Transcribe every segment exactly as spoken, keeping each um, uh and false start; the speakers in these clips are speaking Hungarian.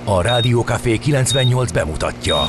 A Rádió Café kilencvennyolc bemutatja.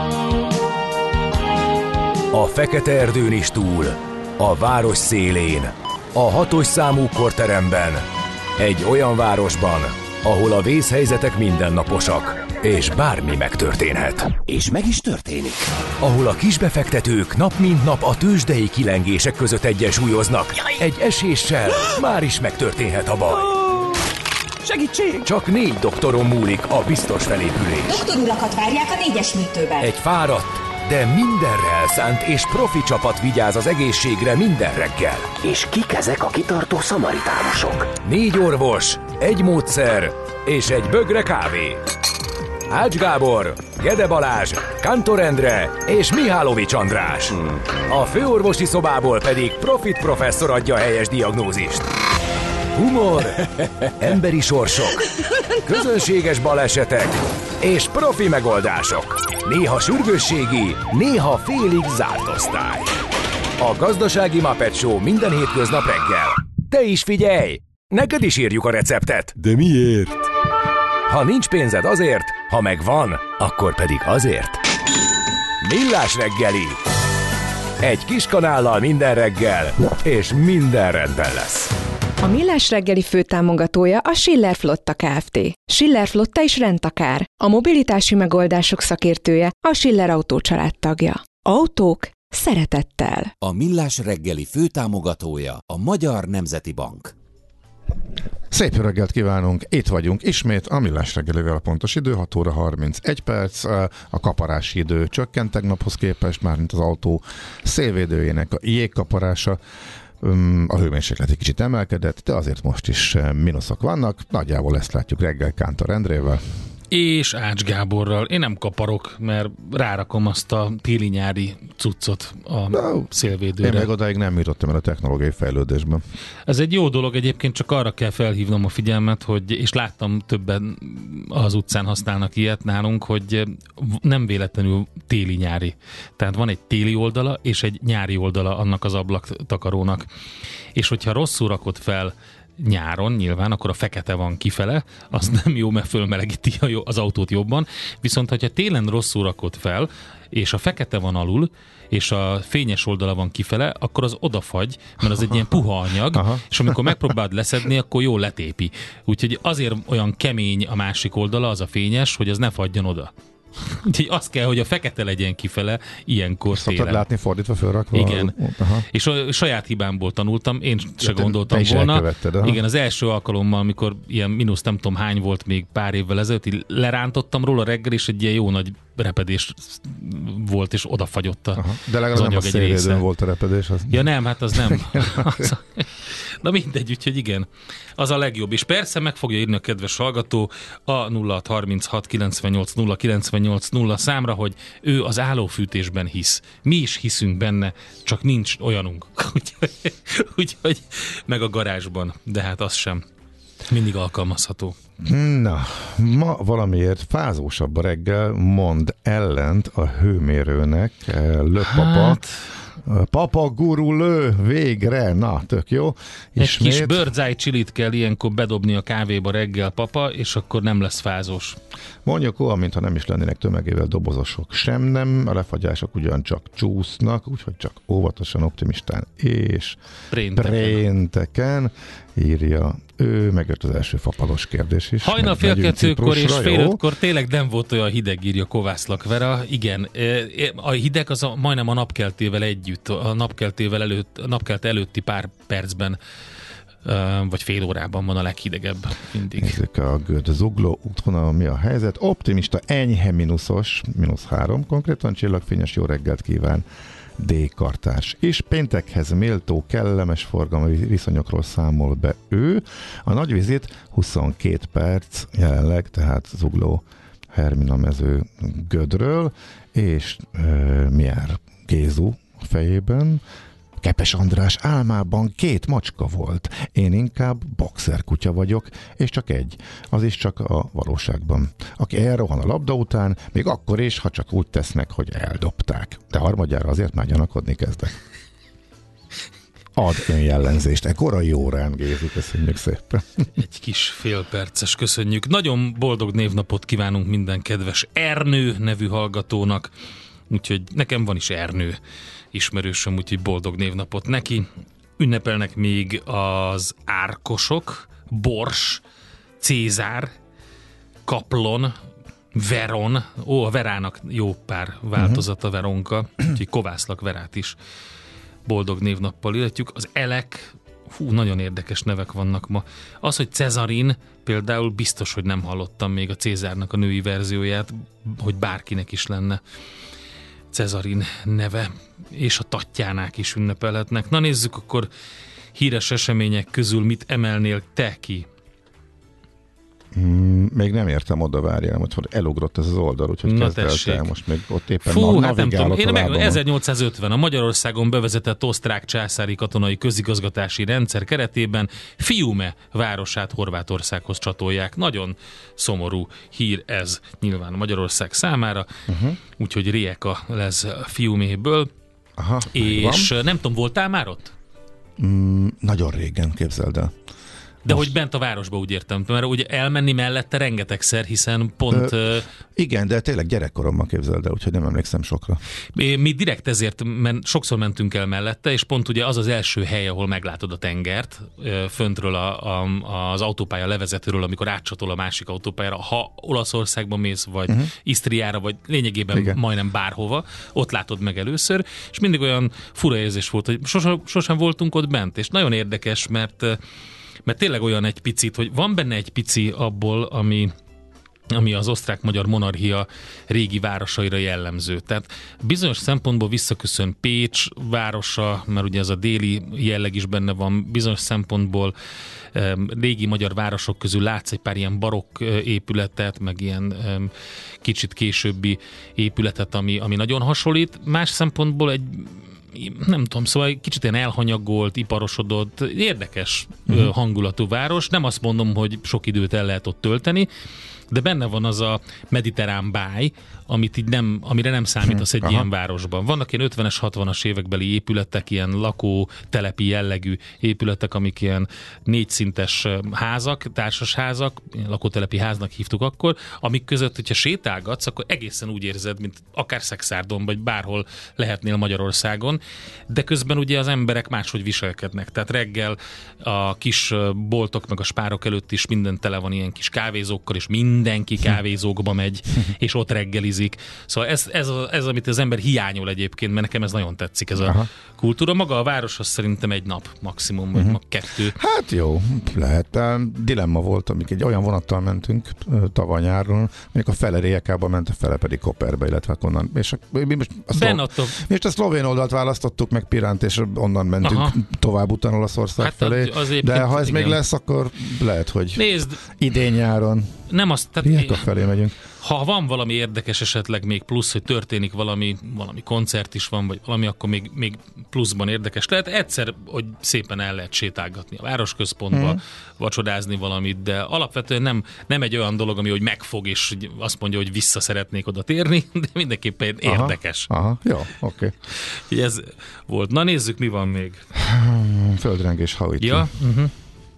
A fekete erdőn is túl, a város szélén, a hatos számú korteremben, egy olyan városban, ahol a vészhelyzetek mindennaposak, és bármi megtörténhet. És meg is történik. Ahol a kisbefektetők nap mint nap a tőzsdei kilengések között egyensúlyoznak, egy eséssel már is megtörténhet a baj. Segítség! Csak négy doktoron múlik a biztos felépülés. Doktor urakat várják a négyes műtőben. Egy fáradt, de mindenre elszánt és profi csapat vigyáz az egészségre minden reggel. És kik ezek a kitartó szamaritánusok? Négy orvos, egy módszer és egy bögre kávé. Ács Gábor, Gede Balázs, Kántor Endre és Mihálovics András. Hmm. A főorvosi szobából pedig Profit professzor adja a helyes diagnózist. Humor, emberi sorsok, közönséges balesetek és profi megoldások. Néha sürgősségi, néha félig zárt osztály. A Gazdasági Muppet Show minden hétköznap reggel. Te is figyelj! Neked is írjuk a receptet. De miért? Ha nincs pénzed azért, ha megvan, akkor pedig azért. Millás reggeli. Egy kis kanállal minden reggel, és minden rendben lesz. A Millás reggeli főtámogatója a Schiller Flotta Kft. Schiller Flotta is rendtakár. A mobilitási megoldások szakértője, a Schiller Autó család tagja. Autók szeretettel. A Millás reggeli főtámogatója a Magyar Nemzeti Bank. Szép jó reggelt kívánunk, itt vagyunk ismét a Millás reggelivel, a pontos idő hat óra harmincegy perc, a kaparási idő csökkent tegnaphoz képest, mármint az autó szélvédőjének a jégkaparása. A hőmérséklet egy kicsit emelkedett, de azért most is mínuszok vannak. Nagyjából ezt látjuk reggel Kántor Endrével. És Ács Gáborral. Én nem kaparok, mert rárakom azt a téli-nyári cuccot a no, szélvédőre. Én meg odáig nem jutottam el a technológiai fejlődésben. Ez egy jó dolog, egyébként csak arra kell felhívnom a figyelmet, hogy, és láttam többen az utcán használnak ilyet nálunk, hogy nem véletlenül téli-nyári. Tehát van egy téli oldala és egy nyári oldala annak az ablaktakarónak. És hogyha rosszul rakod fel nyáron nyilván, akkor a fekete van kifele, az nem jó, mert fölmelegíti az autót jobban, viszont hogyha télen rosszul rakod fel, és a fekete van alul, és a fényes oldala van kifele, akkor az odafagy, mert az egy ilyen puha anyag, aha, és amikor megpróbáld leszedni, akkor jól letépi. Úgyhogy azért olyan kemény a másik oldala, az a fényes, hogy az ne fagyjon oda. Úgyhogy az kell, hogy a fekete legyen kifele ilyenkor télen. Szoktad látni fordítva fölrakva? Igen. Aha. És a saját hibámból tanultam, én se ja, gondoltam te volna. Igen, az első alkalommal, amikor ilyen mínusz nem tudom hány volt még pár évvel ezelőtt, így lerántottam róla reggel, és egy ilyen jó nagy repedés volt, és odafagyott a de legalább nem a szélvédőn volt a repedés. Az... Ja nem, hát az nem. az... Na mindegy, úgyhogy igen, az a legjobb. És persze meg fogja írni a kedves hallgató a nulla hat harminchat kilencvennyolc nulla kilencvennyolc nulla számra, hogy ő az állófűtésben hisz. Mi is hiszünk benne, csak nincs olyanunk. Úgyhogy, úgyhogy meg a garázsban, de hát az sem mindig alkalmazható. Na, ma valamiért fázósabb a reggel, mond ellent a hőmérőnek. Löpapa. Hát... Papa guru lő, végre, na, tök jó. Ismét. Egy kis bird's eye chilit kell ilyenkor bedobni a kávéba reggel, papa, és akkor nem lesz fázós. Mondjuk olyan, mintha nem is lennének tömegével dobozosok, sem nem, a lefagyások ugyancsak csúsznak, úgyhogy csak óvatosan, optimistán és Prénteken, Prénteken írja ő, megjött az első fapalos kérdés is. Hajnal fél kettőkor és fél ötkor tényleg nem volt olyan hideg, írja Kovászlak Vera. Igen, a hideg az a, majdnem a napkeltével együtt, a napkeltével előtt, a napkelte előtti pár percben vagy fél órában van a leghidegebb mindig. Nézzük a Göd Zugló útvonalon mi a helyzet. Optimista, enyhe mínuszos, mínusz három, konkrétan csillagfényes, jó reggelt kíván D-kartárs. És péntekhez méltó, kellemes forgalmi viszonyokról számol be ő. A nagy vizit huszonkét perc jelenleg, tehát Zugló Hermina mező Gödről, és e, mi jár Gézu a fejében? Kepes András álmában két macska volt. Én inkább boxer kutya vagyok, és csak egy. Az is csak a valóságban. Aki elrohan a labda után, még akkor is, ha csak úgy tesznek, hogy eldobták. De harmadjára azért már gyanakodni kezdek. ad önjellenzést. Ekkora jó rán, Gézi, köszönjük szépen. Egy kis félperces, köszönjük. Nagyon boldog névnapot kívánunk minden kedves Ernő nevű hallgatónak, úgyhogy nekem van is Ernő ismerősöm, úgyhogy boldog névnapot neki. Ünnepelnek még az Árkosok, Bors, Cézár, Kaplon, Veron, ó, a Verának jó pár változata, uh-huh. Veronka, úgyhogy kovászlak Verát is boldog névnappal illetjük. Az Elek, fú, nagyon érdekes nevek vannak ma. Az, hogy Cezarin, például biztos, hogy nem hallottam még a Cézárnak a női verzióját, hogy bárkinek is lenne Cezarin neve, és a Tatjánák is ünnepelhetnek. Na nézzük akkor híres események közül mit emelnél te ki? Mm, még nem értem oda, várjál, hogy elugrott ez az oldal, úgyhogy kezd el te, most még ott éppen Fú, na, hát nem tudom, én meg ezernyolcszázötven a Magyarországon bevezetett osztrák császári katonai közigazgatási rendszer keretében Fiume városát Horvátországhoz csatolják. Nagyon szomorú hír ez nyilván Magyarország számára, uh-huh. úgyhogy Rijeka lesz Fiuméből. Aha, és van. Nem tudom, voltál már ott? Mm, nagyon régen, képzeld el. De most... hogy bent a városba, úgy értem, mert ugye elmenni mellette rengetegszer, hiszen pont... Ö, igen, de tényleg gyerekkoromban képzeld el, úgyhogy nem emlékszem sokra. Mi direkt ezért men, sokszor mentünk el mellette, és pont ugye az az első hely, ahol meglátod a tengert, föntről a, a, az autópálya levezetőről, amikor átcsatol a másik autópályára, ha Olaszországba mész, vagy uh-huh. Isztriára, vagy lényegében igen. majdnem bárhova, ott látod meg először, és mindig olyan fura érzés volt, hogy sosem, sosem voltunk ott bent, és nagyon érdekes, mert mert tényleg olyan egy picit, hogy van benne egy pici abból, ami, ami az osztrák-magyar monarchia régi városaira jellemző. Tehát bizonyos szempontból visszaköszön Pécs városa, mert ugye ez a déli jelleg is benne van, bizonyos szempontból um, régi magyar városok közül látsz egy pár ilyen barokk épületet, meg ilyen um, kicsit későbbi épületet, ami, ami nagyon hasonlít. Más szempontból egy nem tudom, szóval egy kicsit ilyen elhanyagolt, iparosodott, érdekes uh-huh. hangulatú város. Nem azt mondom, hogy sok időt el lehet ott tölteni, de benne van az a mediterrán báj, amit így nem, amire nem számítasz egy Aha. ilyen városban. Vannak ilyen ötvenes, hatvanas évekbeli épületek, ilyen lakótelepi jellegű épületek, amik ilyen négyszintes házak, társasházak, lakótelepi háznak hívtuk akkor, amik között, hogyha sétálgatsz, akkor egészen úgy érzed, mint akár Szexárdon, vagy bárhol lehetnél Magyarországon, de közben ugye az emberek máshogy viselkednek. Tehát reggel a kis boltok, meg a spárok előtt is minden tele van ilyen kis kávézókkal, és mindenki kávézókba megy, és ott reggelizik. Szóval ez, ez, ez, amit az ember hiányol egyébként, mert nekem ez nagyon tetszik, ez Aha. a kultúra. Maga a város az szerintem egy nap maximum, vagy uh-huh. kettő. Hát jó, lehet. Dilemma volt, amik egy olyan vonattal mentünk tavaly nyáron, mondjuk a fele Rijekába ment, a fele pedig Koperbe, illetve onnan. És a, mi most a, szlov, mi most a szlovén oldalt választottuk meg Piránt, és onnan mentünk Aha. tovább utána Olaszország hát felé. De ha ez igen. még lesz, akkor lehet, hogy Nézd, idén nyáron nem azt, tehát Rijeka felé megyünk. Ha van valami érdekes esetleg még plusz, hogy történik valami, valami koncert is van, vagy valami, akkor még, még pluszban érdekes lehet. Egyszer, hogy szépen el lehet sétálgatni a városközpontba, hmm. vacsodázni valamit, de alapvetően nem, nem egy olyan dolog, ami hogy megfog, és azt mondja, hogy vissza szeretnék oda térni, de mindenképpen érdekes. Aha, aha. Jó, oké. Okay. Ez volt. Na nézzük, mi van még. Földrengés Haiti. Ja? Uh-huh.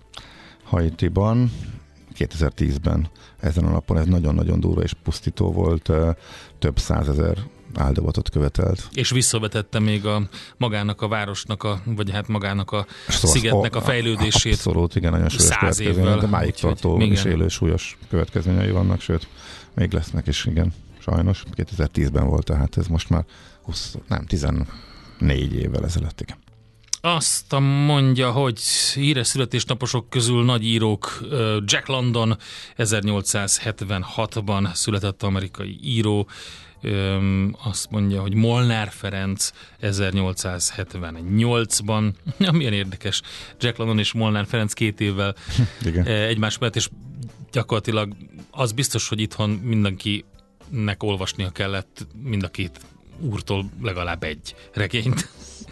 Haitiban kétezer-tízben ezen a napon ez nagyon-nagyon durva és pusztító volt, több százezer áldozatot követelt. És visszavetette még a magának a városnak, a, vagy hát magának a szóval szigetnek a fejlődését. Abszolút, igen, nagyon súlyos következmények, de máig tartó és élő súlyos következményei vannak, sőt, még lesznek is, igen, sajnos. kétezer-tízben volt, tehát ez most már húsz, nem, tizennégy évvel ezelőtt, igen. Azt mondja, hogy híres születésnaposok közül nagy írók, Jack London ezernyolcszázhetvenhatban született amerikai író, azt mondja, hogy Molnár Ferenc ezernyolcszázhetvennyolcban. Milyen érdekes, Jack London és Molnár Ferenc két évvel Igen. egymás mellett, és gyakorlatilag az biztos, hogy itthon mindenkinek olvasnia kellett mind a két úrtól legalább egy regényt.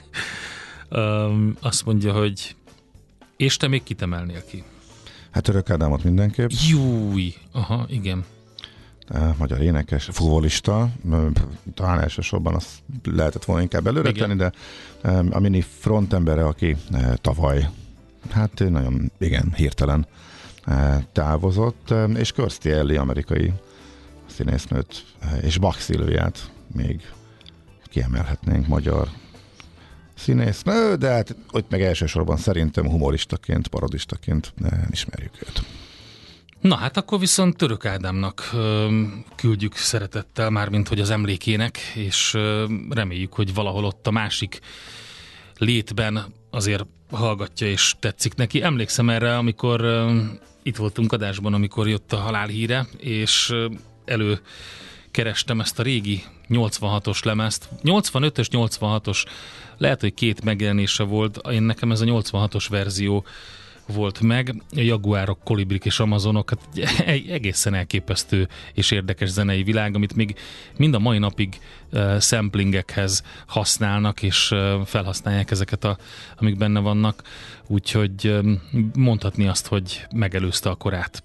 Um, azt mondja, hogy és te még kit emelnél ki? Hát Török Ádámot mindenképp. Júj, aha, igen. magyar énekes, futballista, talán elsősorban azt lehetett volna inkább előre tenni, de a mini frontembere, aki tavaly, hát nagyon, igen, hirtelen távozott, és Kirstie Alley, amerikai színésznőt, és Bach Szilviát még kiemelhetnénk, magyar színésznő, de hát ott meg elsősorban szerintem humoristaként, parodistaként ismerjük őt. Na hát akkor viszont Török Ádámnak ö, küldjük szeretettel, mármint hogy az emlékének, és ö, reméljük, hogy valahol ott a másik létben azért hallgatja és tetszik neki. Emlékszem erre, amikor ö, itt voltunk adásban, amikor jött a halálhíre, és ö, előkerestem ezt a régi nyolcvanhatos lemezt. nyolcvanötös, nyolcvanhatos, lehet, hogy két megjelenése volt, én nekem ez a nyolcvanhatos verzió volt meg, Jaguárok, Kolibrik és Amazonok, hát egy egészen elképesztő és érdekes zenei világ, amit még mind a mai napig uh, samplingekhez használnak, és uh, felhasználják ezeket, a, amik benne vannak, úgyhogy um, mondhatni azt, hogy megelőzte a korát.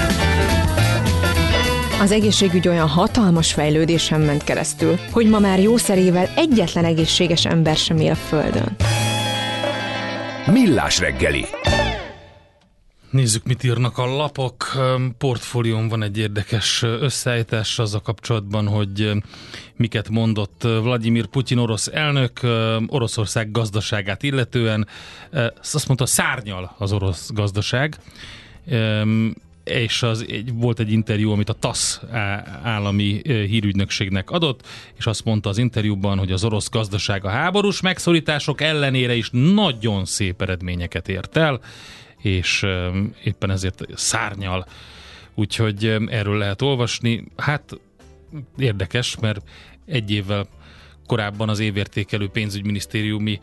Az egészségügy olyan hatalmas fejlődésen ment keresztül, hogy ma már jószerével egyetlen egészséges ember sem él a Földön. Millás reggeli. Nézzük, mit írnak a lapok. Portfólión van egy érdekes összeállítás azzal kapcsolatban, hogy miket mondott Vladimir Putyin orosz elnök Oroszország gazdaságát illetően. Azt mondta, szárnyal az orosz gazdaság, és az, egy, volt egy interjú, amit a TASZ állami hírügynökségnek adott, és azt mondta az interjúban, hogy az orosz gazdaság a háborús megszorítások ellenére is nagyon szép eredményeket ért el, és éppen ezért szárnyal. Úgyhogy erről lehet olvasni. Hát érdekes, mert egy évvel korábban az évértékelő pénzügyminisztériumi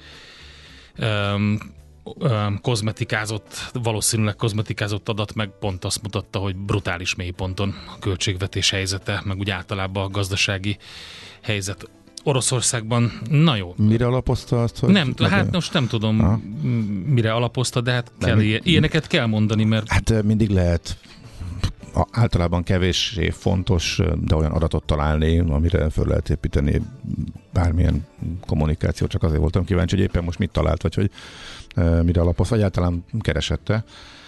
um, um, kozmetikázott, valószínűleg kozmetikázott adat meg pont azt mutatta, hogy brutális mélyponton a költségvetés helyzete, meg úgy általában a gazdasági helyzet Oroszországban. Na jó. Mire alapozta azt? Hogy nem, hát most nem tudom, ha? mire alapozta, de hát kell, ilyen, ilyeneket kell mondani, mert... Hát mindig lehet általában kevéssé fontos, de olyan adatot találni, amire föl lehet építeni bármilyen kommunikáció, csak azért voltam kíváncsi, hogy éppen most mit talált, vagy hogy mire alapozta, vagy általán keresette.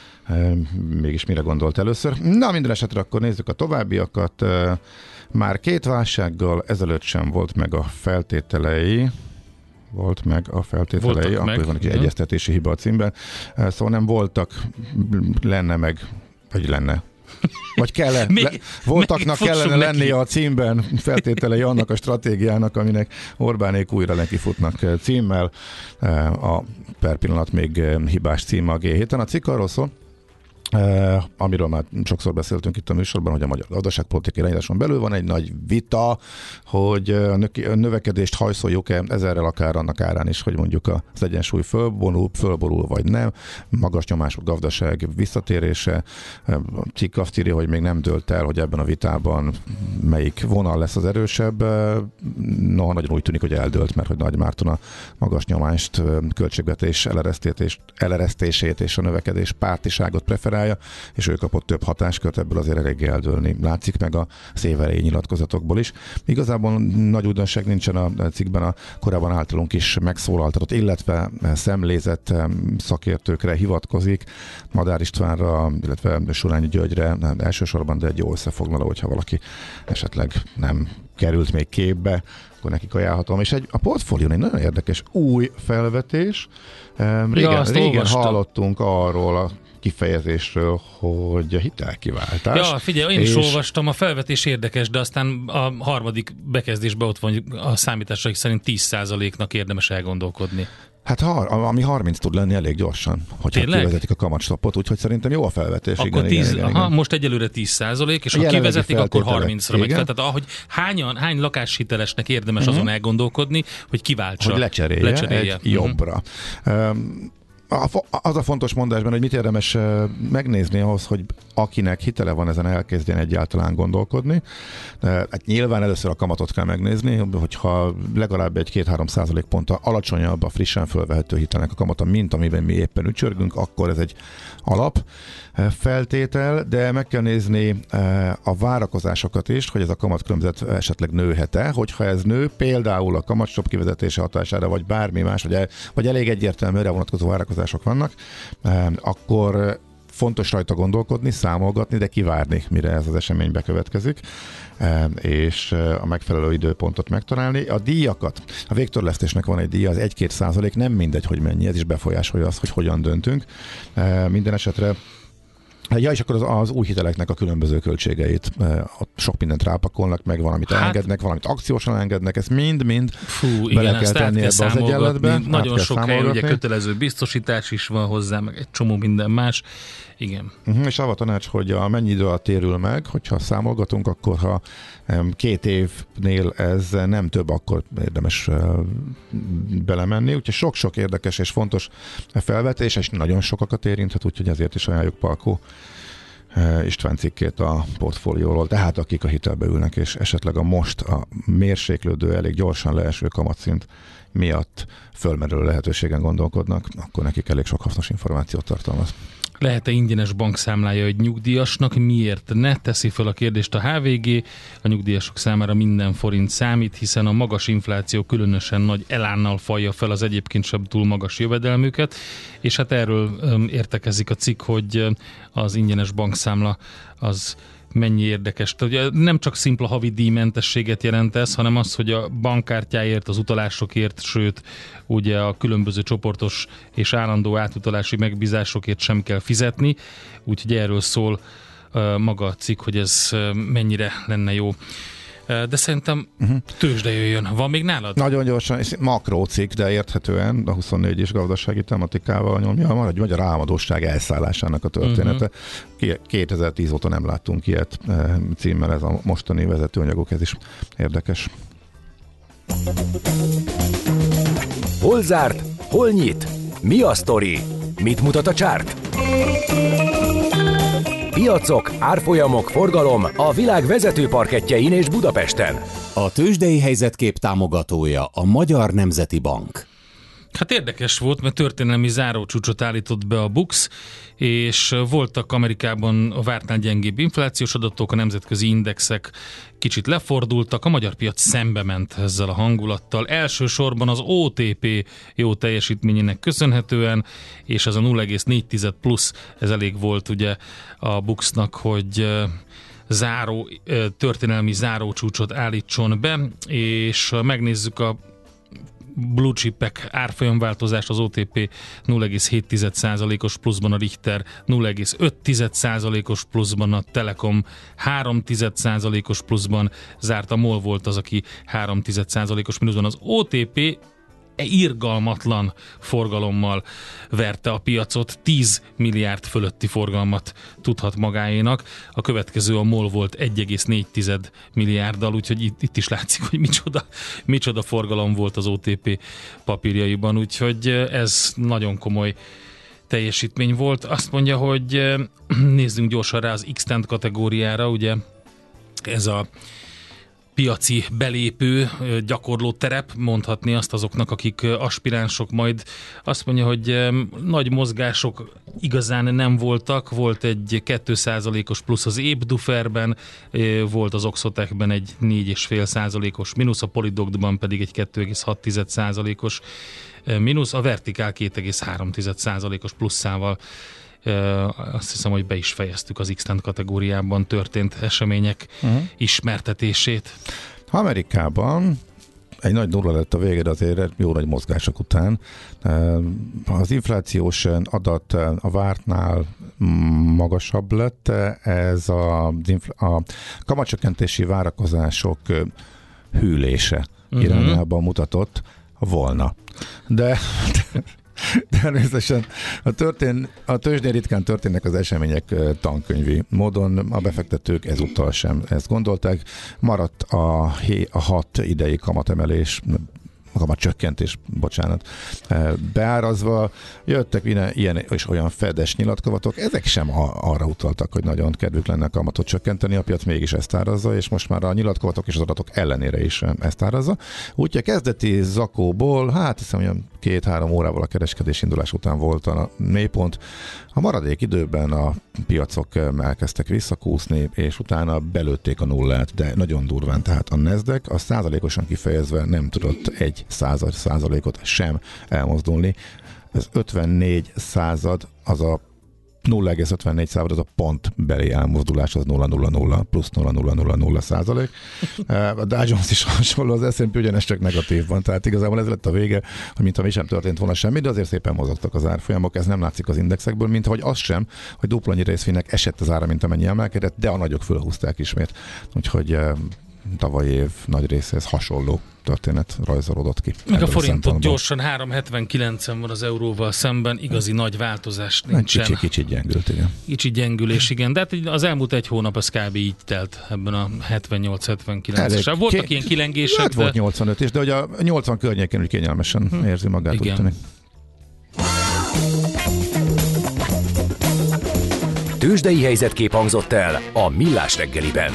Mégis mire gondolt először. Na, minden esetre akkor nézzük a továbbiakat. Már két válsággal ezelőtt sem volt meg a feltételei, volt meg a feltételei, voltak akkor meg. Van egy egyeztetési hiba a címben, szóval nem voltak, lenne meg, vagy lenne, vagy kellene, még, le, voltaknak kellene lenni a címben feltételei annak a stratégiának, aminek Orbánék újra nekifutnak címmel, a per pillanat még hibás cím a gé héten. A cikk arról szól, Uh, amiről már sokszor beszéltünk itt a műsorban, hogy a magyar gazdaságpolitikai irányításon belül van egy nagy vita, hogy a növekedést hajszoljuk-e ezerrel akár annak árán is, hogy mondjuk az egyensúly fölborul, fölborul vagy nem, magas nyomású gazdaság visszatérése. A cikk azt írja, hogy még nem dőlt el, hogy ebben a vitában melyik vonal lesz az erősebb. Noha nagyon úgy tűnik, hogy eldőlt, mert hogy Nagy Márton a magas nyomást, költségvetés eleresztését és a növekedés pártiságot preferál, és ő kapott több hatáskört, ebből azért elég eldőlni látszik, meg a szévelei nyilatkozatokból is. Igazából nagy újdonság nincsen a cikkben, a korábban általunk is megszólaltatott, illetve szemlézett szakértőkre hivatkozik, Madár Istvánra, illetve Surányi Györgyre elsősorban, de egy jó összefoglaló, hogyha valaki esetleg nem került még képbe, akkor nekik ajánlhatom. És egy, a portfólión egy nagyon érdekes új felvetés. Régen, ja, régen hallottunk arról a kifejezésről, hogy a hitelkiváltás. Ja, figyelj, én is és... olvastam, a felvetés érdekes, de aztán a harmadik bekezdésben ott van, a számításaik szerint tíz százaléknak érdemes elgondolkodni. Hát ha, ami harminc tud lenni elég gyorsan, hogyha kivezetik a kamatstopot, úgyhogy szerintem jó a felvetés. Akkor igen, tíz, igen, igen, aha, igen. Most egyelőre tíz százalék, és ha kivezetik, akkor harmincra megy fel. Tehát ahogy hányan, hány lakáshitelesnek érdemes uh-huh. azon elgondolkodni, hogy kiváltsa. Hogy lecserélje, lecserélje. egy uh-huh. jobbra. Um, Az a fontos mondásban, hogy mit érdemes megnézni ahhoz, hogy akinek hitele van ezen, elkezdjen egyáltalán gondolkodni. Hát nyilván először a kamatot kell megnézni, hogyha legalább egy két-három százalék ponttal alacsonyabb a frissen fölvehető hitelnek a kamata, mint amiben mi éppen ücsörgünk, akkor ez egy alap feltétel, de meg kell nézni a várakozásokat is, hogy ez a kamatkülönbözet esetleg nőhet-e, hogyha ez nő, például a kamatstop kivezetése hatására, vagy bármi más, vagy, el, vagy elég egyértelműen vonatkozó várakozások vannak, akkor fontos rajta gondolkodni, számolgatni, de kivárni, mire ez az esemény bekövetkezik, és a megfelelő időpontot megtalálni. A díjakat, a végtörlesztésnek van egy díja, az egy-két százalék, nem mindegy, hogy mennyi, ez is befolyásolja azt, hogy hogyan döntünk. Minden esetre ja, és akkor az, az új hiteleknek a különböző költségeit, ott sok mindent rápakolnak, meg valamit hát, elengednek, valamit akciósan elengednek, ezt mind-mind fú, bele igen, kell tenni ebbe az egyenletbe. Nagyon sok helyen ugye kötelező biztosítás is van hozzá, meg egy csomó minden más. Igen. Uh-huh, és avva tanács, hogy a mennyi idő alatt térül meg, hogyha számolgatunk, akkor ha um, két évnél ez nem több, akkor érdemes uh, belemenni. Úgyhogy sok-sok érdekes és fontos felvetés, és nagyon sokakat érinthet, úgyhogy ezért is ajánljuk Palkó uh, István cikkét a portfólióról. Tehát akik a hitelbe ülnek, és esetleg a most a mérséklődő, elég gyorsan leeső kamatszint miatt fölmerülő lehetőségen gondolkodnak, akkor nekik elég sok hasznos információt tartalmaz. Lehet-e ingyenes bankszámlája egy nyugdíjasnak? Miért ne? Teszi fel a kérdést a há vé gé. A nyugdíjasok számára minden forint számít, hiszen a magas infláció különösen nagy elánnal falja fel az egyébként sem túl magas jövedelmüket, és hát erről um, értekezik a cikk, hogy az ingyenes bankszámla az mennyi érdekes. Ugye nem csak szimpla havi díjmentességet jelent ez, hanem az, hogy a bankkártyáért, az utalásokért, sőt, ugye a különböző csoportos és állandó átutalási megbízásokért sem kell fizetni, úgyhogy erről szól uh, maga a cikk, hogy ez uh, mennyire lenne jó. De szerintem uh-huh. tőzsde jöjjön. Van még nálad? Nagyon gyorsan, makrócikk, de érthetően a huszonnégy is gazdasági tematikával nyomja, a magyar álmodosság elszállásának a története. Uh-huh. kétezer-tíz óta nem láttunk ilyet címmel, ez a mostani vezetőanyagok, ez is érdekes. Hol zárt? Hol nyit? Mi a sztori? Mit mutat a csárt? Piacok, árfolyamok, forgalom a világ vezető parkettjein és Budapesten. A tőzsdei helyzetkép támogatója a Magyar Nemzeti Bank. Hát érdekes volt, mert történelmi zárócsúcsot állított be a BUX, és voltak Amerikában a vártnál gyengébb inflációs adatok, a nemzetközi indexek kicsit lefordultak, a magyar piac szembe ment ezzel a hangulattal. Elsősorban az o té pé jó teljesítményének köszönhetően, és ez a nulla egész négy plusz, ez elég volt ugye a BUX-nak, hogy záró, történelmi zárócsúcsot állítson be, és megnézzük a blue chipek árfolyamváltozást, az o té pé nulla egész hét százalékos pluszban, a Richter nulla egész öt százalékos pluszban, a Telekom három százalékos pluszban zárt, a MOL volt az, aki három százalékos mínuszban. Az o té pé irgalmatlan forgalommal verte a piacot, tíz milliárd fölötti forgalmat tudhat magáénak. A következő a MOL volt egy egész négy milliárddal, úgyhogy itt, itt is látszik, hogy micsoda, micsoda forgalom volt az o té pé papírjaiban, úgyhogy ez nagyon komoly teljesítmény volt. Azt mondja, hogy nézzünk gyorsan rá az X-Tent kategóriára, ugye ez a piaci belépő, gyakorló terep, mondhatni azt azoknak, akik aspiránsok majd. Azt mondja, hogy nagy mozgások igazán nem voltak, volt egy két százalékos plusz az Ébduferben, volt az Oxotechben egy négy egész öt százalékos mínusz, a Polydoctban pedig egy két egész hat százalékos mínusz, a Vertikál két egész három százalékos pluszával. Azt hiszem, hogy be is fejeztük az X-Tent kategóriában történt események uh-huh. ismertetését. Amerikában egy nagy nulla lett a végére azért jó nagy mozgások után. Az inflációs adat a vártnál magasabb lett, ez a, a kamatcsökkentési várakozások hűlése uh-huh. irányában mutatott volna. De... Természetesen a, történ, a tőzsdén ritkán történnek az események tankönyvi módon, a befektetők ezúttal sem ezt gondolták. Maradt a, a hat idei kamatemelés kamat csökkentés, bocsánat, beárazva. Jöttek ilyen, ilyen és olyan fedes nyilatkozatok, ezek sem a, arra utaltak, hogy nagyon kedvük lenne a kamatot csökkenteni, a piac mégis ezt árazza, és most már a nyilatkozatok és az adatok ellenére is ezt árazza. Úgyhogy a kezdeti zakóból, hát hiszem, olyan két-három órával a kereskedés indulás után volt a mélypont. A maradék időben a piacok elkezdtek visszakúszni, és utána belőtték a nullát, de nagyon durván. Tehát a Nasdaq a százalékosan kifejezve nem tudott egy század százalékot sem elmozdulni. Ez ötvennégy század, az a nulla egész ötvennégy század, az a pontbeli elmozdulás, az nulla nulla nulla, plusz nulla nulla nulla nulla százalék. A Dow Jones is hasonló, az es and pé ugyanes csak negatívban, tehát igazából ez lett a vége, hogy mintha mi sem történt volna semmi, de azért szépen mozogtak az árfolyamok, ez nem látszik az indexekből, mint ahogy az sem, hogy dupla annyi részvénynek esett az ára, mint amennyi emelkedett, de a nagyok fölhúzták ismét. Úgyhogy tavalyi év nagy részéhez hasonló történet rajzolódott ki. Meg a forintot gyorsan három hetvenkilencen van az euróval szemben, igazi nagy változás nincsen. Kicsi, kicsi gyengült, igen. Kicsi gyengülés, igen. De hát az elmúlt egy hónap az kb. Így telt ebben a hetvennyolc hetvenkilenc. Voltak ké... ilyen kilengések. Hát de... volt nyolcvanöt is, de hogy a nyolcvan környékén úgy kényelmesen hm. érzi magát. Igen. Tőzsdei helyzetkép hangzott el a Millás reggeliben.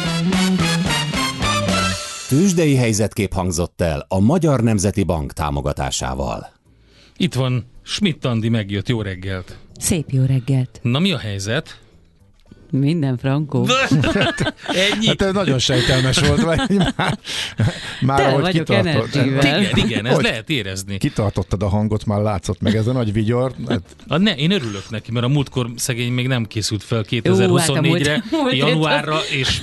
Tőzsdei helyzetkép hangzott el a Magyar Nemzeti Bank támogatásával. Itt van Schmidt Andi, megjött, jó reggelt. Szép jó reggelt. Na mi a helyzet? Minden frankó. Ennyi. Hát ez nagyon sejtelmes volt, vagy már, már ahogy vagyok energivel. Igen, igen, ez lehet érezni. Kitartottad a hangot, már látszott meg ez a nagy vigyor. Hát... A ne, én örülök neki, mert a múltkor szegény még nem készült fel kétezer-huszonnégyre, hát múlt, januárra, és,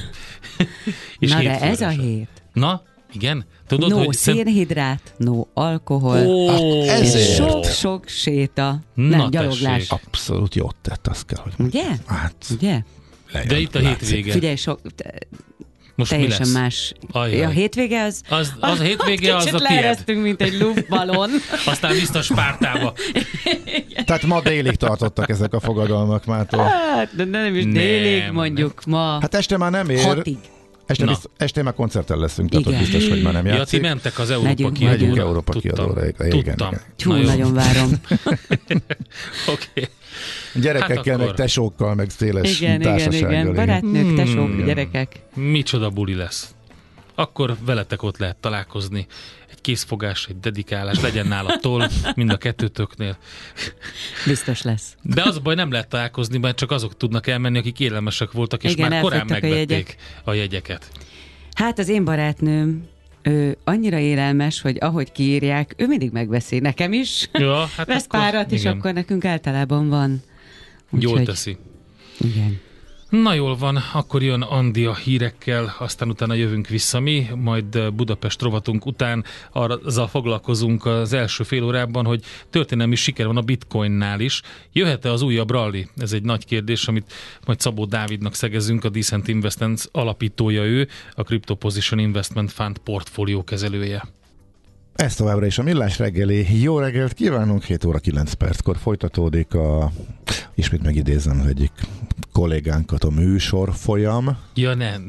és na de ez a hét. Na, igen? Tudod, no hogy szénhidrát, szem... no alkohol, oh, ezért. sok-sok séta, na, nem, gyaloglás. Tessék. Abszolút jót tett, azt kell, hogy ugye? Hát, ugye? Lejön, de itt a látszik. hétvége. Figyelj, sok, most teljesen más. Ajaj. A hétvége az... Az, az a hétvége az a tiéd. leeresztünk, mint egy luftballon. Aztán vissza Spártába. Tehát ma délig tartottak ezek a fogadalmak mától. Hát, de nem is nem, délig mondjuk nem. ma. Hát este már nem ér. Hatig. Este, bizt, este már koncerten leszünk, tehát ott biztos, hogy már nem játszik. Ja, ti mentek az Európa megyünk, kiadóra. Megyünk Európa kiadóra. Igen, Tudtam. igen. Hú, Na nagyon várom. Oké. Okay. Gyerekekkel, hát meg tesókkal, meg széles igen, társasággal. Igen, igen, barátnők, hmm. tesók, gyerekek. Micsoda buli lesz. Akkor veletek ott lehet találkozni. Egy készfogás, egy dedikálás, legyen nála toll, mind a kettőtöknél. Biztos lesz. De az a baj, nem lehet találkozni, mert csak azok tudnak elmenni, akik élelmesek voltak, és igen, már korán megvették a, jegyek. a jegyeket. Hát az én barátnőm ő annyira élelmes, hogy ahogy kiírják, ő mindig megveszi. Nekem is. Ja, hát vesz akkor, párat, és igen. akkor nekünk általában van. Úgy Jól hogy... teszi. Igen. Na jól van, akkor jön Andi a hírekkel, aztán utána jövünk vissza mi, majd Budapest rovatunk után azzal foglalkozunk az első fél órában, hogy történelmi siker van a Bitcoinnál is. Jöhet-e az újabb rally? Ez egy nagy kérdés, amit majd Szabó Dávidnak szegezünk, a Decent Investments alapítója ő, a Crypto Position Investment Fund portfólió kezelője. Ez továbbra is a Millás reggeli. Jó reggelt kívánunk, hét óra kilenc perckor folytatódik a, ismét megidézem az egyik kollégánkat, a műsor folyam. Ja nem.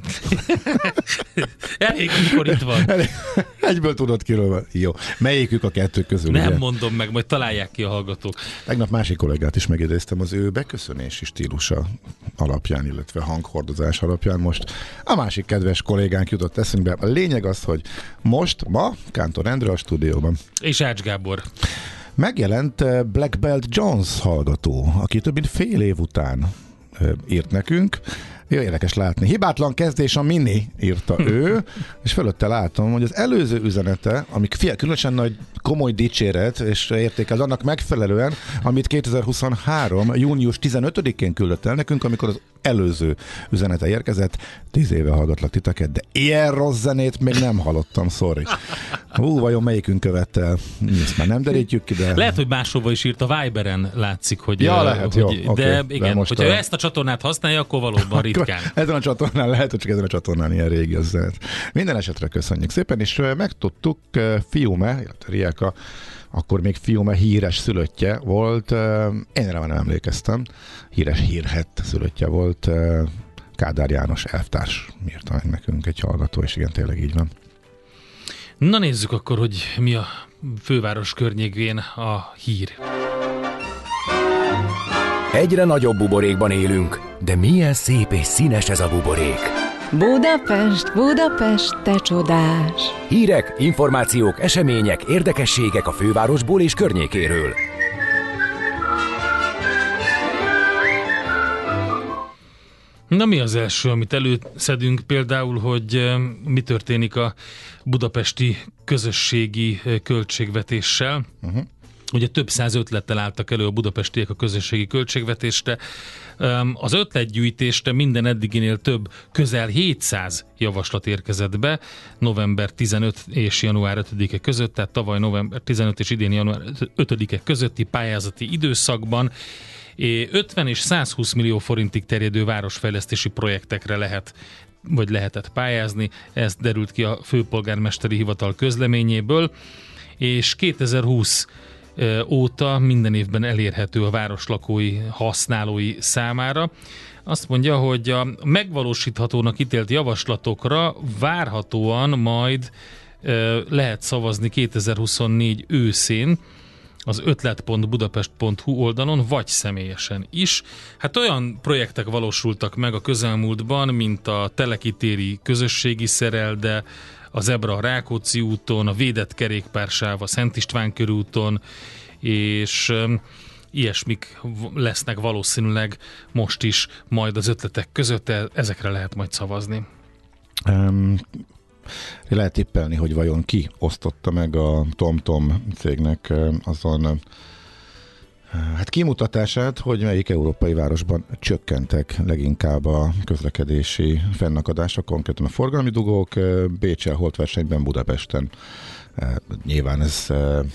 Elég, amikor itt van. Elég. Egyből tudod, kiről van. Jó. Melyikük a kettő közül? Nem ugye? mondom meg, majd találják ki a hallgatók. Tegnap másik kollégát is megidéztem az ő beköszönési stílusa alapján, illetve hanghordozás alapján. Most a másik kedves kollégánk jutott eszünkbe. A lényeg az, hogy most, ma Kántor Endre a stúdióban. És Ács Gábor. Megjelent Black Belt Jones hallgató, aki több mint fél év után írt nekünk. Jó, érdekes látni. Hibátlan kezdés a mini, írta ő, és fölötte látom, hogy az előző üzenete, amik fia, különösen nagy komoly dicséret, és értékel annak megfelelően, amit kétezer-huszonhárom. június tizenötödikén küldött el nekünk, amikor az előző üzenete érkezett. Tíz éve hallgatlak titeket, de ilyen rossz zenét még nem hallottam, sorry. Hú, vajon melyikünk követte el? Ezt már nem derítjük ki, de... Lehet, hogy máshova is írt, a Viberen látszik, hogy... Ja, lehet, hogy, jó, de okay, igen, de hogyha a... ezt a csatornát használja, akkor valóban ritkán. Ezen a csatornán lehet, hogy csak ezen a csatornán ilyen régi az zenet. Minden esetre köszönjük szépen, és megtudtuk, Fiume, Rieka, akkor még Fiume híres szülöttje volt, én erre már nem emlékeztem, híres hírhett szülöttje volt, Kádár János elvtárs írta meg nekünk egy hallgató, és igen, tényleg így van. Na nézzük akkor, hogy mi a főváros környékén a hír. Egyre nagyobb buborékban élünk, de milyen szép és színes ez a buborék. Budapest, Budapest, te csodás! Hírek, információk, események, érdekességek a fővárosból és környékéről. Na mi az első, amit előszedünk, például, hogy mi történik a budapesti közösségi költségvetéssel. Uh-huh. Ugye több száz ötlettel álltak elő a budapestiek a közösségi költségvetésre. Az ötletgyűjtésre minden eddiginél több, közel hétszáz javaslat érkezett be november tizenötödike és január ötödike között, tehát tavaly november tizenötödike és idén január ötödike közötti pályázati időszakban. ötven és százhúsz millió forintig terjedő városfejlesztési projektekre lehet vagy lehetett pályázni. Ez derült ki a főpolgármesteri hivatal közleményéből, és kétezer-húsz óta minden évben elérhető a városlakói használói számára. Azt mondja, hogy a megvalósíthatónak ítélt javaslatokra várhatóan majd lehet szavazni kétezer-huszonnégy őszén az ötlet pont budapest pont hu oldalon, vagy személyesen is. Hát olyan projektek valósultak meg a közelmúltban, mint a Teleki téri közösségi szerelde, a Zebra a Rákóczi úton, a védett kerékpársáv a Szent István körúton, és um, ilyesmik lesznek valószínűleg most is majd az ötletek között, ezekre lehet majd szavazni. Um, lehet tippelni, hogy vajon ki osztotta meg a TomTom cégnek azon hát kimutatását, hogy melyik európai városban csökkentek leginkább a közlekedési fennakadások, konkrétan a forgalmi dugók, Béccsel holt versenyben Budapesten. Nyilván ez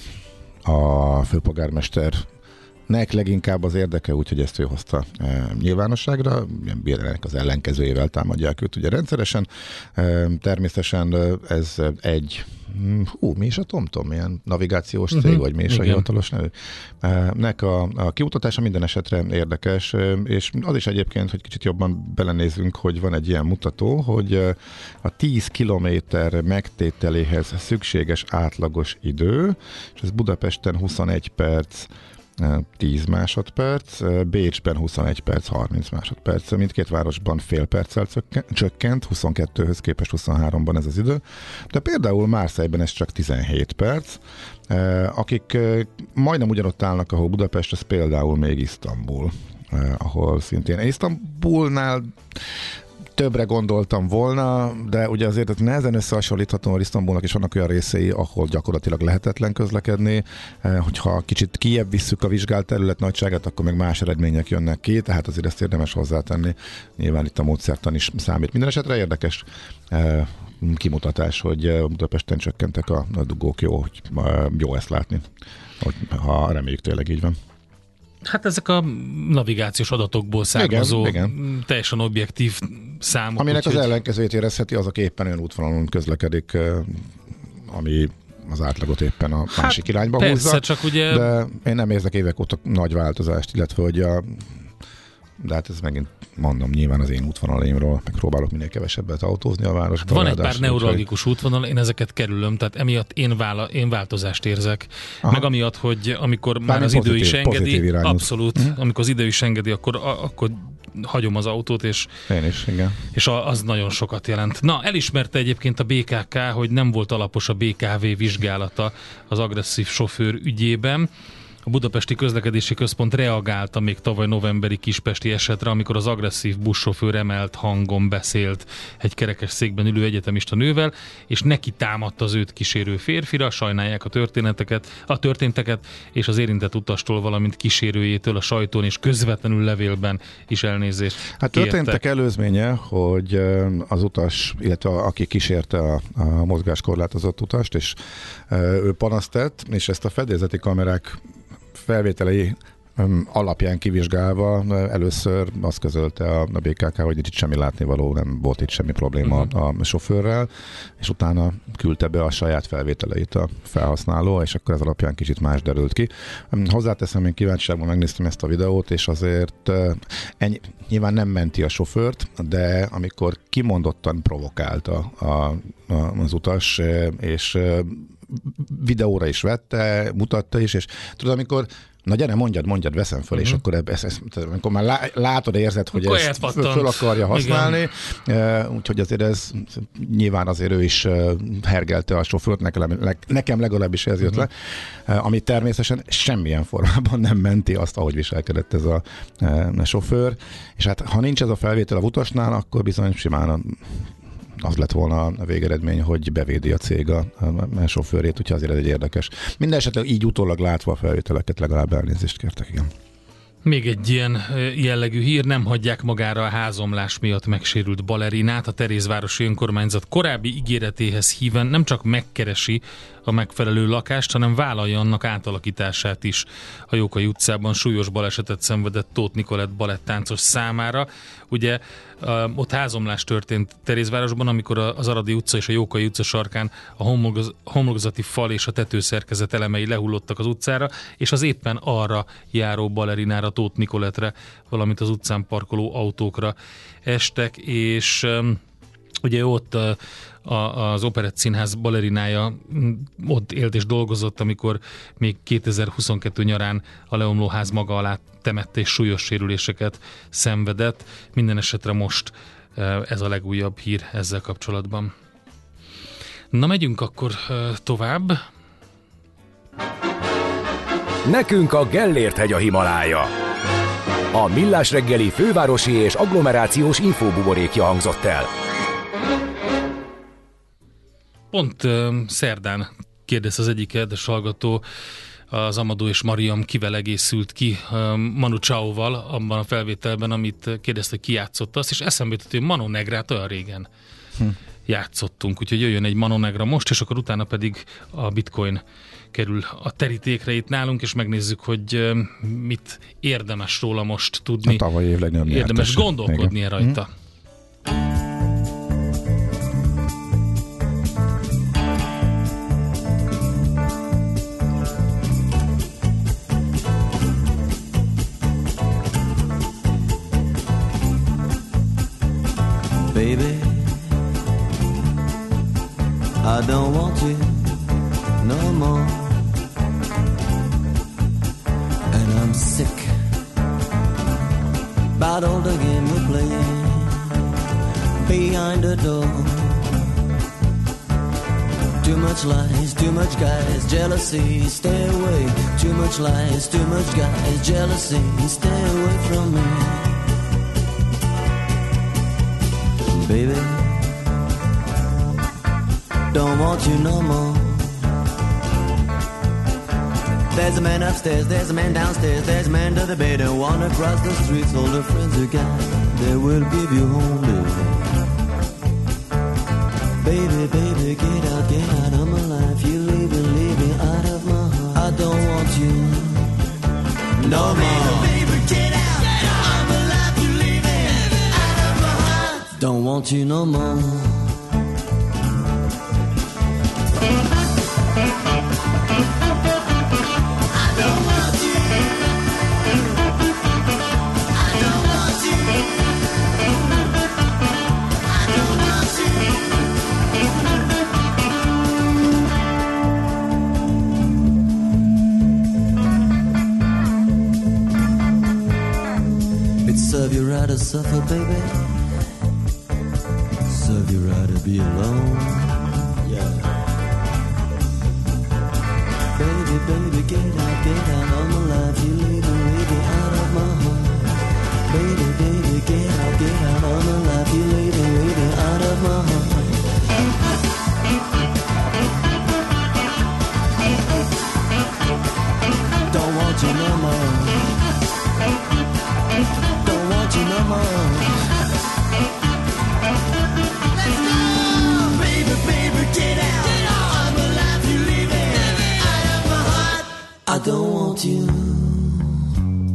a főpolgármester nek leginkább az érdeke, úgyhogy ezt ő hozta e, nyilvánosságra, ennek az ellenkezőjével támadják őt ugye rendszeresen. E, természetesen ez egy hú, mi is a TomTom? Ilyen navigációs cég, uh-huh. vagy mi is a hivatalos nevű? E, nek a, a kiutatása minden esetre érdekes, és az is egyébként, hogy kicsit jobban belenézzünk, hogy van egy ilyen mutató, hogy a tíz kilométer megtételéhez szükséges átlagos idő, és ez Budapesten huszonegy perc, tíz másodperc, Bécsben huszonegy perc, harminc másodperc, mindkét városban fél perccel csökkent, huszonkettőhöz képest huszonháromban ez az idő, de például Marseille-ben ez csak tizenhét perc, akik majdnem ugyanott állnak, ahol Budapest, az például még Isztambul, ahol szintén Isztambulnál többre gondoltam volna, de ugye azért nehezen összehasonlítható, hogy Isztambulnak is vannak olyan részei, ahol gyakorlatilag lehetetlen közlekedni. Hogyha kicsit kijebb visszük a vizsgált terület nagyságát, akkor meg más eredmények jönnek ki, tehát azért ezt érdemes hozzátenni. Nyilván itt a módszertan is számít. Minden esetre érdekes kimutatás, hogy Budapesten csökkentek a dugók, jó, hogy jó ezt látni. Ha reméljük tényleg így van. Hát ezek a navigációs adatokból származó, igen, igen. teljesen objektív számok. Aminek úgy, az ellenkezőjét érezheti, az, aki éppen olyan útvonalon közlekedik, ami az átlagot éppen a hát másik irányba persze, húzza. Csak ugye... De én nem érzek évek óta nagy változást, illetve hogy a de hát ez megint mondom, nyilván az én útvonalaimról, meg próbálok minél kevesebbet autózni a városban. Van egy pár neurologikus útvonal, én ezeket kerülöm, tehát emiatt én, vála, én változást érzek. Aha. Meg amiatt, hogy amikor Bár már az pozitív, idő is engedi, abszolút, hm? amikor az idő is engedi, akkor, akkor hagyom az autót, és, én is, igen. és az nagyon sokat jelent. Na, elismerte egyébként a bé ká ká, hogy nem volt alapos a bé ká vé vizsgálata az agresszív sofőr ügyében. A Budapesti Közlekedési Központ reagálta még tavaly novemberi kispesti esetre, amikor az agresszív buszsofőr emelt hangon beszélt egy kerekes székben ülő egyetemista nővel, és neki támadta az őt kísérő férfira, sajnálják a történeteket, a történteket, és az érintett utastól, valamint kísérőjétől a sajtón és közvetlenül levélben is elnézést Hát történtek előzménye, hogy az utas, illetve aki kísérte a, a mozgáskorlátozott utast, és ő panaszt tett, és ezt a fedélzeti kamerák felvételei alapján kivizsgálva először azt közölte a bé ká ká, hogy itt semmi látnivaló, nem volt itt semmi probléma uh-huh. a sofőrrel, és utána küldte be a saját felvételeit a felhasználó, és akkor ez alapján kicsit más derült ki. Hozzáteszem, én kíváncsiságban megnéztem ezt a videót, és azért ennyi, nyilván nem menti a sofőrt, de amikor kimondottan provokálta a, a, az utas, és videóra is vette, mutatta is, és tudod, amikor na gyere, mondjad, mondjad, veszem föl, uh-huh. és akkor ezt, ezt, amikor már lá, látod, érzed, hogy akkor ezt föl, föl akarja használni, uh, úgyhogy azért ez nyilván azért ő is uh, hergelte a sofőrt, nekem, nekem legalábbis ez jött uh-huh. le, uh, ami természetesen semmilyen formában nem menti azt, ahogy viselkedett ez a uh, sofőr, és hát ha nincs ez a felvétel a utasnál, akkor bizony simán a az lett volna a végeredmény, hogy bevédi a cég a, a sofőrét, úgyhogy azért ez egy érdekes. Minden esetben így utólag látva a felvételeket legalább elnézést kértek, igen. Még egy ilyen jellegű hír, nem hagyják magára a házomlás miatt megsérült balerinát. A Terézvárosi Önkormányzat korábbi ígéretéhez híven nem csak megkeresi a megfelelő lakást, hanem vállalja annak átalakítását is. A Jókai utcában súlyos balesetet szenvedett Tóth Nikolett balettáncos számára. Ugye ott házomlás történt Terézvárosban, amikor az Aradi utca és a Jókai utca sarkán a homlogoz, homlokzati fal és a tetőszerkezet elemei lehullottak az utcára, és az éppen arra járó balerinára, Tóth Nikolettre, valamint az utcán parkoló autókra estek, és ugye ott az Operett Színház balerinája ott élt és dolgozott, amikor még kétezer-huszonkettő nyarán a leomlóház maga alá temette és súlyos sérüléseket szenvedett. Minden esetre most ez a legújabb hír ezzel kapcsolatban. Na, megyünk akkor tovább. Nekünk a Gellért-hegy a Himalája. A Millás reggeli fővárosi és agglomerációs infóbuborékja hangzott el. Pont uh, szerdán kérdez az egyik kedves hallgató, az Amadó és Mariam kivel egészült ki uh, Manu Chao-val abban a felvételben, amit kérdezte, ki játszotta azt, és eszembe jutott, hogy Mano Negrát olyan régen hm. játszottunk, úgyhogy jöjjön egy Mano Negra most, és akkor utána pedig a Bitcoin kerül a terítékre itt nálunk, és megnézzük, hogy uh, mit érdemes róla most tudni. A tavalyi év legnagyobb érdemes nyertes. gondolkodni Igen. rajta. Hm. Baby, I don't want you no more, and I'm sick about all the game we're playing behind the door. Too much lies, too much guys, jealousy, stay away. Too much lies, too much guys, jealousy, stay away from me. Baby, don't want you no more. There's a man upstairs, there's a man downstairs, there's a man to the bed and one across the street. All the friends you got, they will give you home, baby. Baby, baby, get out, get out of my life. You leaving, leaving out of my heart. I don't want you no more. Baby, baby, get out, get out of my life. You leaving out of my heart. Don't want you no more. Serve you right to suffer, baby. Serve you right to be alone. Yeah. Baby, baby, get out, get out of my life. You leaving, leaving out of my heart. Baby, baby, get out, get out of my life. You leaving, leaving out of my heart. Don't want you no more. You no more. Let's go, baby, baby, get out. Get out. I'm alive, you leaving out of my heart. I don't want you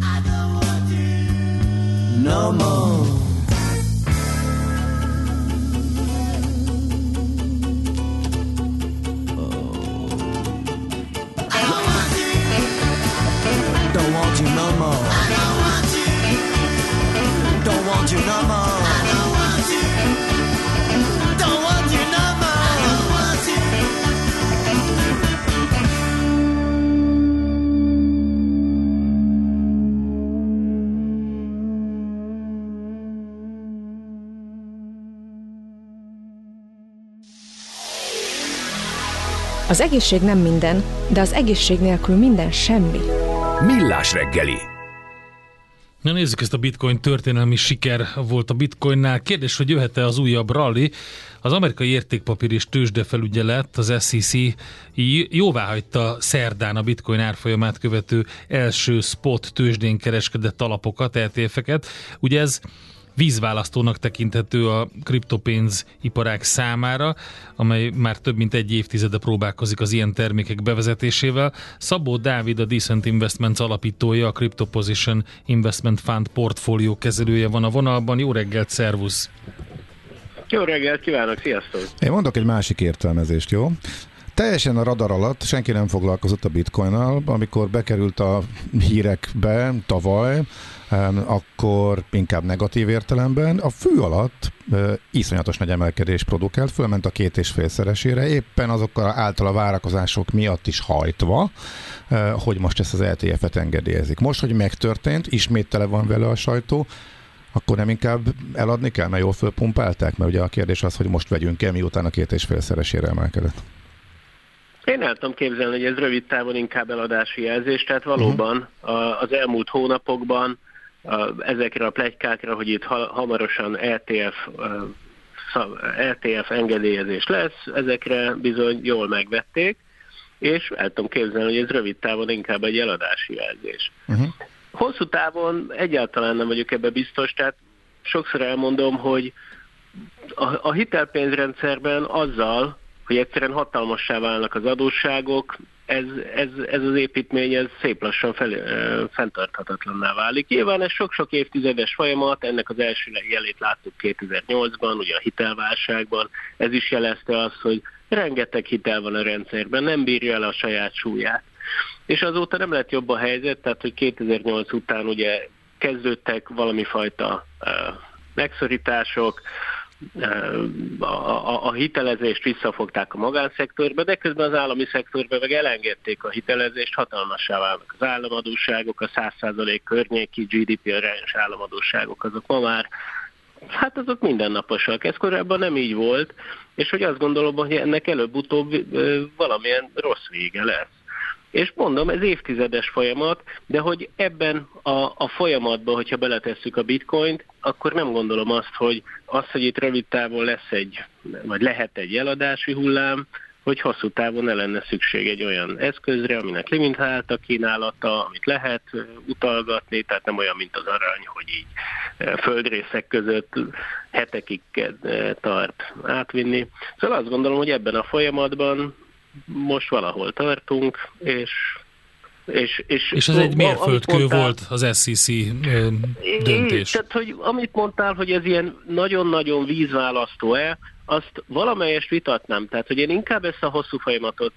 Az egészség nem minden, de az egészség nélkül minden semmi. Millás reggeli. Na nézzük, ezt a bitcoin történelmi siker volt a bitcoinnál. Kérdés, hogy jöhet-e az újabb rally? Az amerikai értékpapír és tőzsdefelügyelet, az es i cé jóváhagyta szerdán a bitcoin árfolyamát követő első spot tőzsdén kereskedett alapokat, é té ef-eket. Ugye ez vízválasztónak tekinthető a kriptopénz iparág számára, amely már több mint egy évtizede próbálkozik az ilyen termékek bevezetésével. Szabó Dávid, a Decent Investments alapítója, a Crypto Position Investment Fund portfólió kezelője van a vonalban. Jó reggelt, szervusz! Jó reggelt kívánok, sziasztok! Én mondok egy másik értelmezést, jó? Teljesen a radar alatt senki nem foglalkozott a bitcoinnal, amikor bekerült a hírekbe tavaly, akkor inkább negatív értelemben. A fű alatt e, iszonyatos nagy emelkedés produkált, fölment a két és félszeresére, éppen azokkal által a várakozások miatt is hajtva, e, hogy most ezt az é té ef-et engedélyezik. Most, hogy megtörtént, ismét tele van vele a sajtó, akkor nem inkább eladni kell, mert jól fölpumpálták? Mert ugye a kérdés az, hogy most vegyünk el, miután a két és félszeresére emelkedett. Én el tudom képzelni, hogy ez rövid távon inkább eladási jelzés, tehát valóban uh-huh. az elmúlt hónapokban ezekre a pletykákra, hogy itt hamarosan é té ef, é té ef engedélyezés lesz, ezekre bizony jól megvették, és el tudom képzelni, hogy ez rövid távon inkább egy eladási jelzés. Uh-huh. Hosszú távon egyáltalán nem vagyok ebbe biztos, tehát sokszor elmondom, hogy a, a hitelpénzrendszerben azzal, hogy egyszerűen hatalmassá válnak az adósságok, ez, ez, ez az építmény ez szép lassan fel, fenntarthatatlanná válik. Nyilván ez sok-sok évtizedes folyamat, ennek az első jelét láttuk kétezer-nyolcban, ugye a hitelválságban, ez is jelezte azt, hogy rengeteg hitel van a rendszerben, nem bírja el a saját súlyát. És azóta nem lett jobb a helyzet, tehát hogy kétezer-nyolc után ugye kezdődtek valami fajta uh, megszorítások, A, a, a hitelezést visszafogták a magánszektorba, de közben az állami szektorban meg elengedték a hitelezést, hatalmassá válnak az államadósságok, a száz százalék környéki gé dé pé arányos államadósságok, azok ma már, hát azok mindennaposak. Ez korábban nem így volt, és hogy azt gondolom, hogy ennek előbb-utóbb valamilyen rossz vége lesz. És mondom, ez évtizedes folyamat, de hogy ebben a, a folyamatban, hogyha beletesszük a bitcoint, akkor nem gondolom azt, hogy az, hogy itt rövid távon lesz egy, vagy lehet egy eladási hullám, hogy hosszú távon ne lenne szükség egy olyan eszközre, aminek limitált a kínálata, amit lehet utalgatni, tehát nem olyan, mint az arany, hogy így földrészek között hetekig tart átvinni. Szóval azt gondolom, hogy ebben a folyamatban most valahol tartunk, és... És, és, és ez egy mérföldkő mondtál, volt az es i cé döntés. Tehát, hogy amit mondtál, hogy ez ilyen nagyon-nagyon vízválasztó-e, azt valamelyest vitatnám. Tehát, hogy én inkább ezt a hosszú folyamatot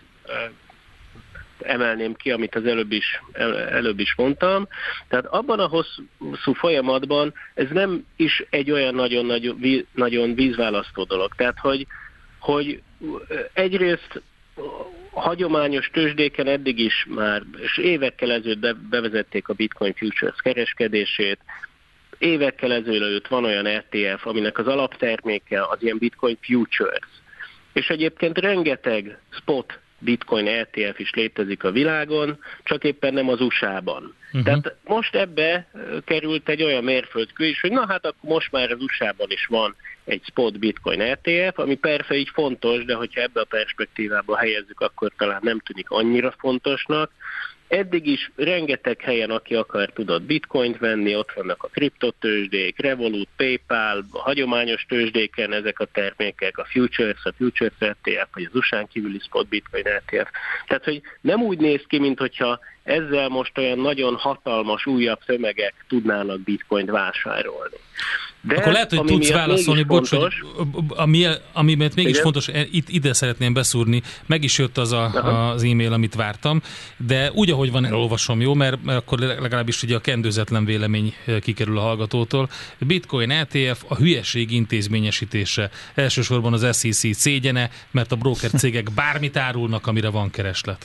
emelném ki, amit az előbb is, el, előbb is mondtam. Tehát abban a hosszú folyamatban ez nem is egy olyan nagyon, nagyon vízválasztó dolog. Tehát, hogy, hogy egyrészt hagyományos tőzsdéken eddig is már, és évekkel ezelőtt bevezették a Bitcoin Futures kereskedését, évekkel ezelőtt van olyan é té ef, aminek az alapterméke az ilyen Bitcoin Futures. És egyébként rengeteg spot Bitcoin é té ef is létezik a világon, csak éppen nem az u es á-ban. Uh-huh. Tehát most ebbe került egy olyan mérföldkő is, hogy na hát akkor most már az u es á-ban is van egy spot Bitcoin é té ef, ami persze így fontos, de hogyha ebbe a perspektívába helyezzük, akkor talán nem tűnik annyira fontosnak. Eddig is rengeteg helyen, aki akar, tudott bitcoint venni, ott vannak a kriptotőzsdék, Revolut, PayPal, a hagyományos tőzsdéken ezek a termékek, a Futures, a Futures é té ef, vagy az u es á-n kívüli spot Bitcoin é té ef. Tehát, hogy nem úgy néz ki, mintha ezzel most olyan nagyon hatalmas, újabb tömegek tudnának bitcoint vásárolni. De akkor lehet, hogy tudsz válaszolni, bocs, fontos, hogy ami, ami mert mégis igen? fontos, itt ide szeretném beszúrni, meg is jött az a, az e-mail, amit vártam, de úgy, ahogy van, elolvasom, jó, mert, mert akkor legalábbis ugye a kendőzetlen vélemény kikerül a hallgatótól. Bitcoin é té ef a hülyeség intézményesítése. Elsősorban az es i cé szégyene, mert a broker cégek bármit árulnak, amire van kereslet.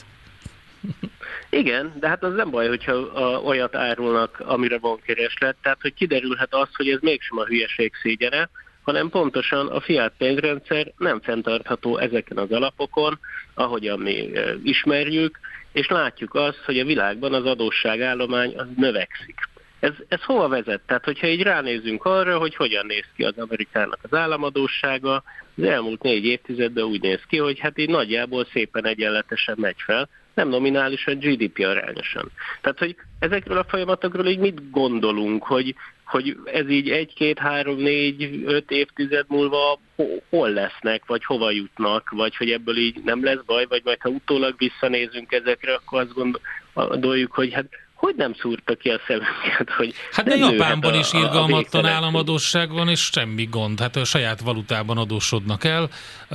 Igen, de hát az nem baj, hogyha a, olyat árulnak, amire van kereslet, tehát hogy kiderülhet az, hogy ez mégsem a hülyeség szégyene, hanem pontosan a fiat pénzrendszer nem fenntartható ezeken az alapokon, ahogyan mi ismerjük, és látjuk azt, hogy a világban az adósságállomány az növekszik. Ez, ez hova vezet? Tehát, hogyha így ránézünk arra, hogy hogyan néz ki az Amerikának az államadóssága, az elmúlt négy évtizedben úgy néz ki, hogy hát így nagyjából szépen egyenletesen megy fel, nem nominálisan, gé dé pé arányosan. Tehát, hogy ezekről a folyamatokról így mit gondolunk, hogy, hogy ez így egy, két, három, négy, öt évtized múlva hol lesznek, vagy hova jutnak, vagy hogy ebből így nem lesz baj, vagy majd ha utólag visszanézünk ezekre, akkor azt gondoljuk, hogy hát hogy nem szúrta ki a szemünket, hogy hát de Japánban is irgalmatlan államadósság van, és semmi gond. Hát a saját valutában adósodnak el,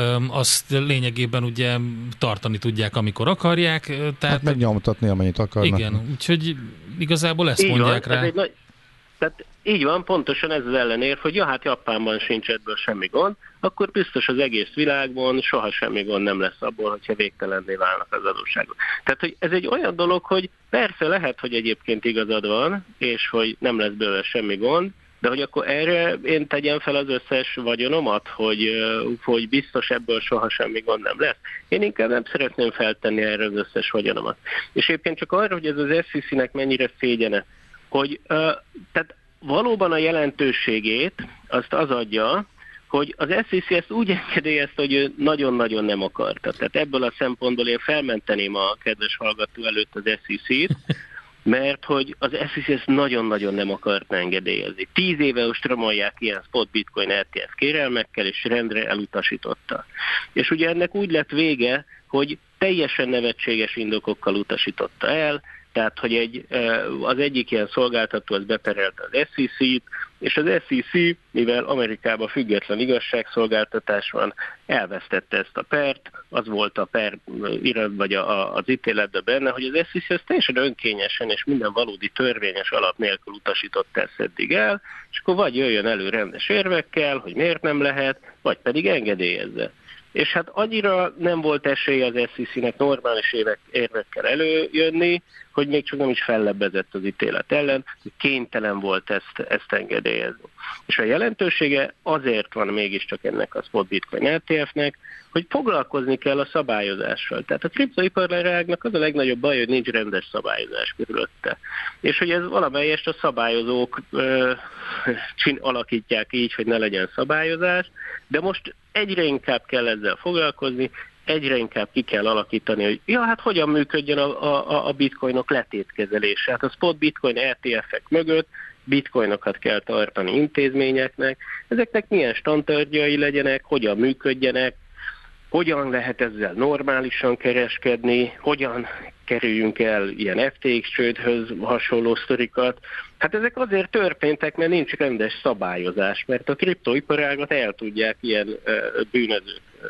azt lényegében ugye tartani tudják, amikor akarják. Tehát, hát megnyomtatni, amennyit akarnak. Igen, úgyhogy igazából ezt így mondják van, rá. Ez egy nagy, tehát így van, pontosan ez az ellenér, hogy ja, hát Japánban sincs ebből semmi gond, akkor biztos az egész világban soha semmi gond nem lesz abból, hogyha végtelenné válnak az adósságok. Tehát, hogy ez egy olyan dolog, hogy persze lehet, hogy egyébként igazad van, és hogy nem lesz belőle semmi gond, de hogy akkor erre én tegyem fel az összes vagyonomat, hogy, hogy biztos ebből soha semmi gond nem lesz. Én inkább nem szeretném feltenni erre az összes vagyonomat. És éppen csak arra, hogy ez az es í cé-nek mennyire szégyene, hogy uh, tehát valóban a jelentőségét azt az adja, hogy az es í cé ezt úgy engedélyezte, hogy ő nagyon-nagyon nem akarta. Tehát ebből a szempontból én felmenteném a kedves hallgató előtt az es í cét, mert hogy az es í cé ezt nagyon-nagyon nem akart engedélyezni. Tíz éve ostromolják ilyen spot bitcoin er té ef kérelmekkel, és rendre elutasította. És ugye ennek úgy lett vége, hogy teljesen nevetséges indokokkal utasította el, tehát, hogy egy, az egyik ilyen szolgáltató az beperelte az es í cét, és az es í cé, mivel Amerikában független igazságszolgáltatás van, elvesztette ezt a pert, az volt a per irat, vagy a, a, az ítéletben benne, hogy az es í cé ezt teljesen önkényesen és minden valódi törvényes alap nélkül utasította ezt eddig el, és akkor vagy jöjjön elő rendes érvekkel, hogy miért nem lehet, vagy pedig engedélyezze. És hát annyira nem volt esély az es í cé-nek normális évek, érvekkel előjönni, hogy még csak nem is fellebbezett az ítélet ellen, hogy kénytelen volt ezt, ezt engedélyezni. És a jelentősége azért van mégiscsak ennek a spot bitcoin er té ef-nek, hogy foglalkozni kell a szabályozással. Tehát a kriptoiparágnak az a legnagyobb baj, hogy nincs rendes szabályozás körülötte. És hogy ez valamelyest a szabályozók ö, csin, alakítják így, hogy ne legyen szabályozás, de most egyre inkább kell ezzel foglalkozni, egyre inkább ki kell alakítani, hogy ja, hát hogyan működjön a, a, a bitcoinok letétkezelése. Hát a spot bitcoin er té ef-ek mögött bitcoinokat kell tartani intézményeknek, ezeknek milyen standardjai legyenek, hogyan működjenek, hogyan lehet ezzel normálisan kereskedni, hogyan kerüljünk el ilyen ef té iksz csődhöz hasonló sztorikat. Hát ezek azért történtek, mert nincs rendes szabályozás, mert a kriptoiparágat el tudják ilyen uh, bűnözők uh,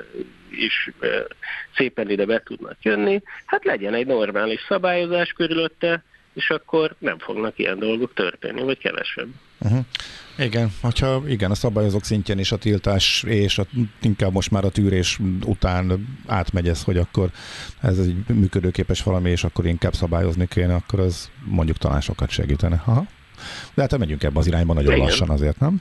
is uh, szépen ide be tudnak jönni. Hát legyen egy normális szabályozás körülötte, és akkor nem fognak ilyen dolgok történni, vagy kevesebb. Uh-huh. Igen, hogyha igen, a szabályozók szintjén is a tiltás, és a, inkább most már a tűrés után átmegy ez, hogy akkor ez egy működőképes valami, és akkor inkább szabályozni kéne, akkor az mondjuk talán sokat segítene. Aha. De hát megyünk ebbe az irányba nagyon igen. lassan azért, nem?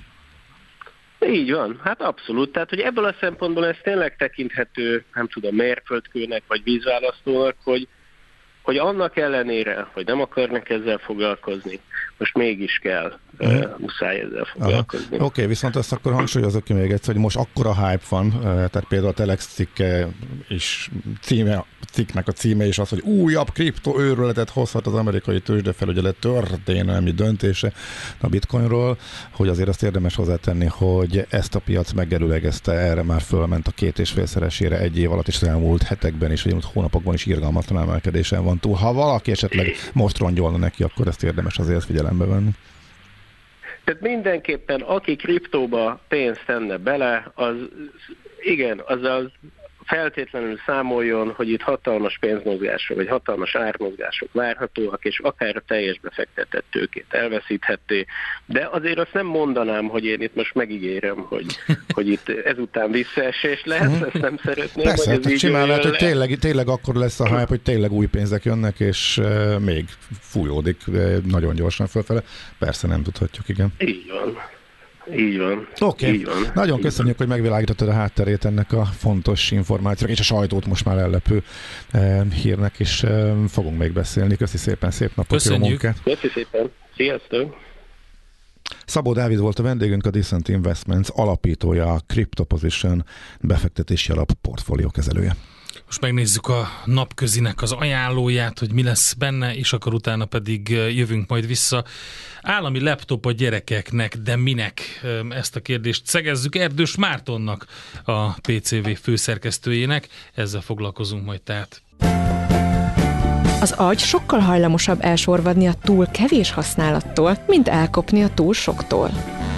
Így van, hát abszolút. Tehát, hogy ebből a szempontból ez tényleg tekinthető, nem tudom, mérföldkőnek, vagy vízválasztónak, hogy hogy annak ellenére, hogy nem akarnak ezzel foglalkozni, most mégis kell, uh-huh. uh, muszáj ezzel foglalkozni. Oké, okay, viszont ezt akkor hangsúlyozok ki még egyszer, hogy most akkora hype van, uh, tehát például a Telex cikke és címe, cikknek a címe is az, hogy újabb kriptoőrületet hozhat az amerikai tőzsdefelügyelet történelmi döntése a bitcoinról, hogy azért azt érdemes hozzátenni, hogy ezt a piac megelőlegezte, erre már fölment a két és félszeresére egy év alatt, és az elmúlt hetekben és elmúlt hónapokban is irgalmatlan emelkedésen van túl. Ha valaki esetleg most rongyolna neki, akkor ezt érdemes azért figyelembe venni. Tehát mindenképpen, aki kriptóba pénzt tenne bele, az igen, az az feltétlenül számoljon, hogy itt hatalmas pénzmozgások, vagy hatalmas ármozgások várhatóak, és akár a teljes befektetett tőkét elveszíthetté. De azért azt nem mondanám, hogy én itt most megígérem, hogy, hogy itt ezután visszaesés lesz, ezt nem szeretném. Persze, hogy ez simán lehet, hogy tényleg, tényleg akkor lesz a hype, hogy tényleg új pénzek jönnek, és uh, még fújódik uh, nagyon gyorsan fölfele. Persze nem tudhatjuk, igen. Így van. Így van. Oké, okay. nagyon így köszönjük, van. hogy megvilágítottad a hátterét ennek a fontos információnak, és a sajtót most már ellepő eh, hírnek, és eh, fogunk még beszélni. Köszi szépen, szép napot, Köszönjük. jó munkát! Köszi szépen, sziasztok! Szabó Dávid volt a vendégünk, a Decent Investments alapítója, a Cryptoposition befektetési alap portfóliókezelője. Most megnézzük a napközinek az ajánlóját, hogy mi lesz benne, és akkor utána pedig jövünk majd vissza. Állami laptop a gyerekeknek, de minek? Ezt a kérdést szegezzük Erdős Mártonnak, a pé cé vé főszerkesztőjének. Ezzel foglalkozunk majd tehát. Az agy sokkal hajlamosabb elsorvadni a túl kevés használattól, mint elkopni a túl soktól.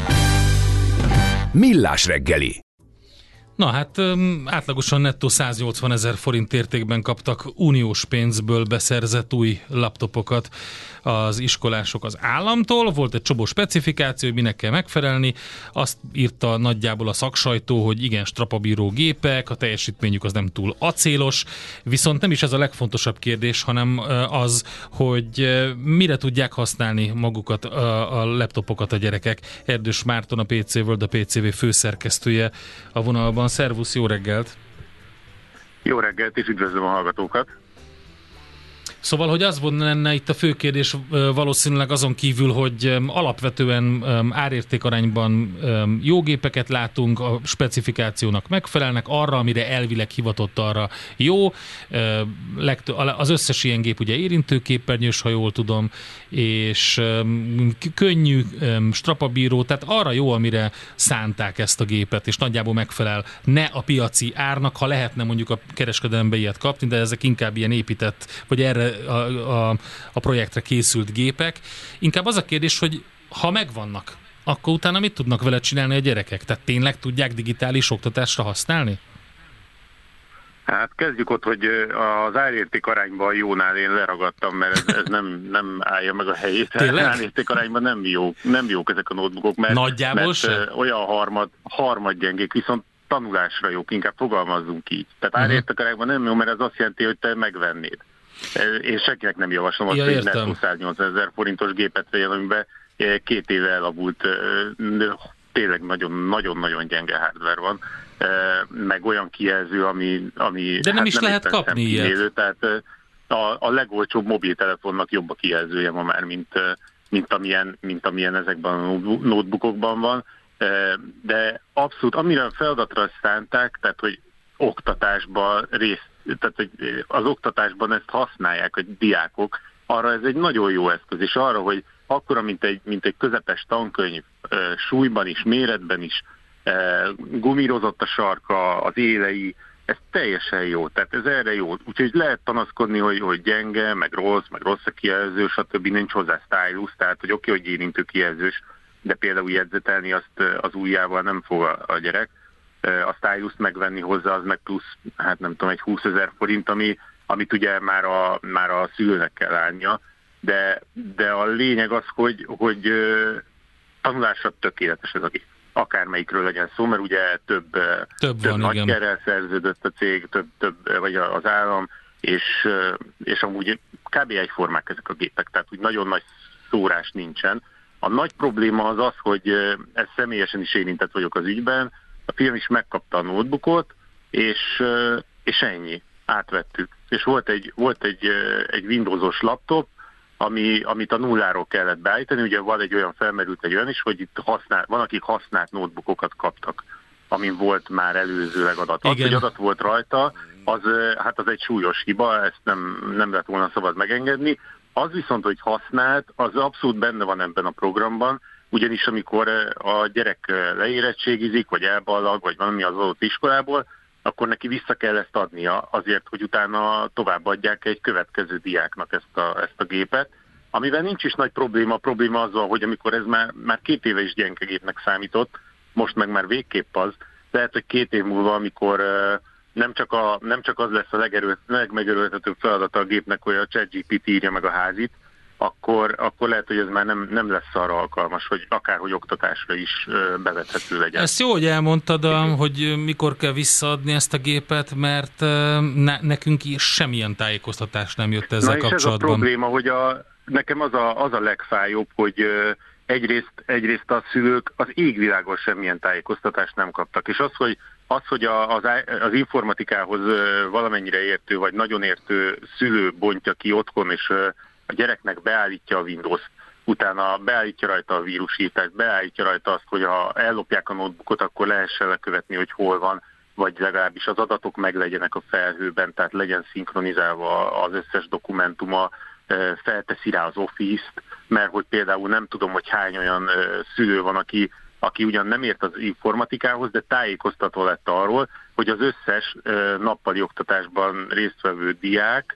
Millás reggeli. Na hát átlagosan nettó száznyolcvanezer forint értékben kaptak uniós pénzből beszerzett új laptopokat az iskolások az államtól. Volt egy csobó specifikáció, hogy minek kell megfelelni. Azt írta nagyjából a szaksajtó, hogy igen, strapabíró gépek, a teljesítményük az nem túl acélos, viszont nem is ez a legfontosabb kérdés, hanem az, hogy mire tudják használni magukat a, a laptopokat a gyerekek. Erdős Márton, a pé cé World, a pé cé vé főszerkesztője a vonalban. Szervusz, jó reggelt! Jó reggelt, és üdvözlöm a hallgatókat! Szóval, hogy az volt lenne itt a fő kérdés valószínűleg azon kívül, hogy alapvetően árértékarányban jó gépeket látunk, a specifikációnak megfelelnek, arra, amire elvileg hivatott, arra jó. Az összes ilyen gép ugye érintőképernyős, ha jól tudom, és könnyű, strapabíró, tehát arra jó, amire szánták ezt a gépet, és nagyjából megfelel ne a piaci árnak, ha lehetne mondjuk a kereskedelembe ilyet kapni, de ezek inkább ilyen épített, vagy erre A, a, a projektre készült gépek. Inkább az a kérdés, hogy ha megvannak, akkor utána mit tudnak vele csinálni a gyerekek? Tehát tényleg tudják digitális oktatásra használni? Hát kezdjük ott, hogy az árérték arányban jónál én leragadtam, mert ez, ez nem, nem állja meg a helyét. Tényleg? Árérték arányban nem, jó, nem jók ezek a notebookok, mert, Nagyjából mert se? olyan harmad, harmad gyengék, viszont tanulásra jók, inkább fogalmazzunk így. Tehát uh-huh. árérték arányban nem jó, mert ez azt jelenti, hogy te megvennéd. Én senkinek nem javaslom azt, ja, hogy nettó száznyolcvanezer forintos gépet vegyen, amiben két éve elavult, tényleg nagyon-nagyon gyenge hardware van, meg olyan kijelző, ami, ami de nem hát is nem lehet kapni ilyet. Tehát a, a legolcsóbb mobiltelefonnak jobb a kijelzője ma már, mint, mint, amilyen, mint amilyen ezekben a notebookokban van. De abszolút, amire a feladatra szánták, tehát hogy oktatásban részt, tehát hogy az oktatásban ezt használják a diákok, arra ez egy nagyon jó eszköz, és arra, hogy akkora, mint egy, mint egy közepes tankönyv, súlyban is, méretben is, gumírozott a sarka, az élei, ez teljesen jó, tehát ez erre jó. Úgyhogy lehet panaszkodni, hogy, hogy gyenge, meg rossz, meg rossz a kijelző, stb. Nincs hozzá stylus, tehát hogy oké, okay, hogy érintő kijelzős, de például jegyzetelni azt az ujjával nem fog a, a gyerek. A stylus megvenni hozzá, az meg plusz, hát nem tudom, egy húszezer forint, ami, amit ugye már a, már a szülőnek kell állnia, de, de a lényeg az, hogy, hogy tanulásra tökéletes ez a gép. Akármelyikről legyen szó, mert ugye több, több, több nagykerrel szerződött a cég, több, több, vagy az állam, és, és amúgy kb. Egyformák ezek a gépek, tehát úgy nagyon nagy szórás nincsen. A nagy probléma az az, hogy ez személyesen is érintett vagyok az ügyben, a fiam is megkapta a notebookot, és, és ennyi, átvettük. És volt egy, volt egy, egy Windowsos laptop, ami, amit a nulláról kellett beállítani, ugye van egy olyan, felmerült egy olyan is, hogy itt használ, van, akik használt notebookokat kaptak, amin volt már előzőleg adat. Az, hogy adat volt rajta, az, hát az egy súlyos hiba, ezt nem, nem lett volna szabad megengedni. Az viszont, hogy használt, az abszolút benne van ebben a programban, ugyanis amikor a gyerek leérettségizik, vagy elballag, vagy valami az adott iskolából, akkor neki vissza kell ezt adnia azért, hogy utána továbbadják egy következő diáknak ezt a, ezt a gépet, amivel nincs is nagy probléma. A probléma azzal, hogy amikor ez már, már két éve is gyenge gépnek számított, most meg már végképp az, lehet, hogy két év múlva, amikor nem csak, a, nem csak az lesz a legerőlt, legmegerőltetőbb feladata a gépnek, hogy a ChatGPT írja meg a házit, akkor, akkor lehet, hogy ez már nem, nem lesz arra alkalmas, hogy akárhogy oktatásra is bevethető legyen. Ezt jó, hogy elmondtad, hogy mikor kell visszaadni ezt a gépet, mert ne, nekünk semmilyen tájékoztatás nem jött ezzel Na kapcsolatban. és ez a probléma, hogy a, nekem az a, az a legfájóbb, hogy egyrészt, egyrészt a szülők az égvilágon semmilyen tájékoztatást nem kaptak. És az, hogy, az, hogy a, az, az informatikához valamennyire értő, vagy nagyon értő szülő bontja ki otthon, és a gyereknek beállítja a Windows-t, utána beállítja rajta a vírusítást, beállítja rajta azt, hogy ha ellopják a notebookot, akkor lehessen lekövetni, hogy hol van, vagy legalábbis az adatok meglegyenek a felhőben, tehát legyen szinkronizálva az összes dokumentuma, felteszi rá az Office-t, mert hogy például nem tudom, hogy hány olyan szülő van, aki, aki ugyan nem ért az informatikához, de tájékoztatva lett arról, hogy az összes nappali oktatásban résztvevő diák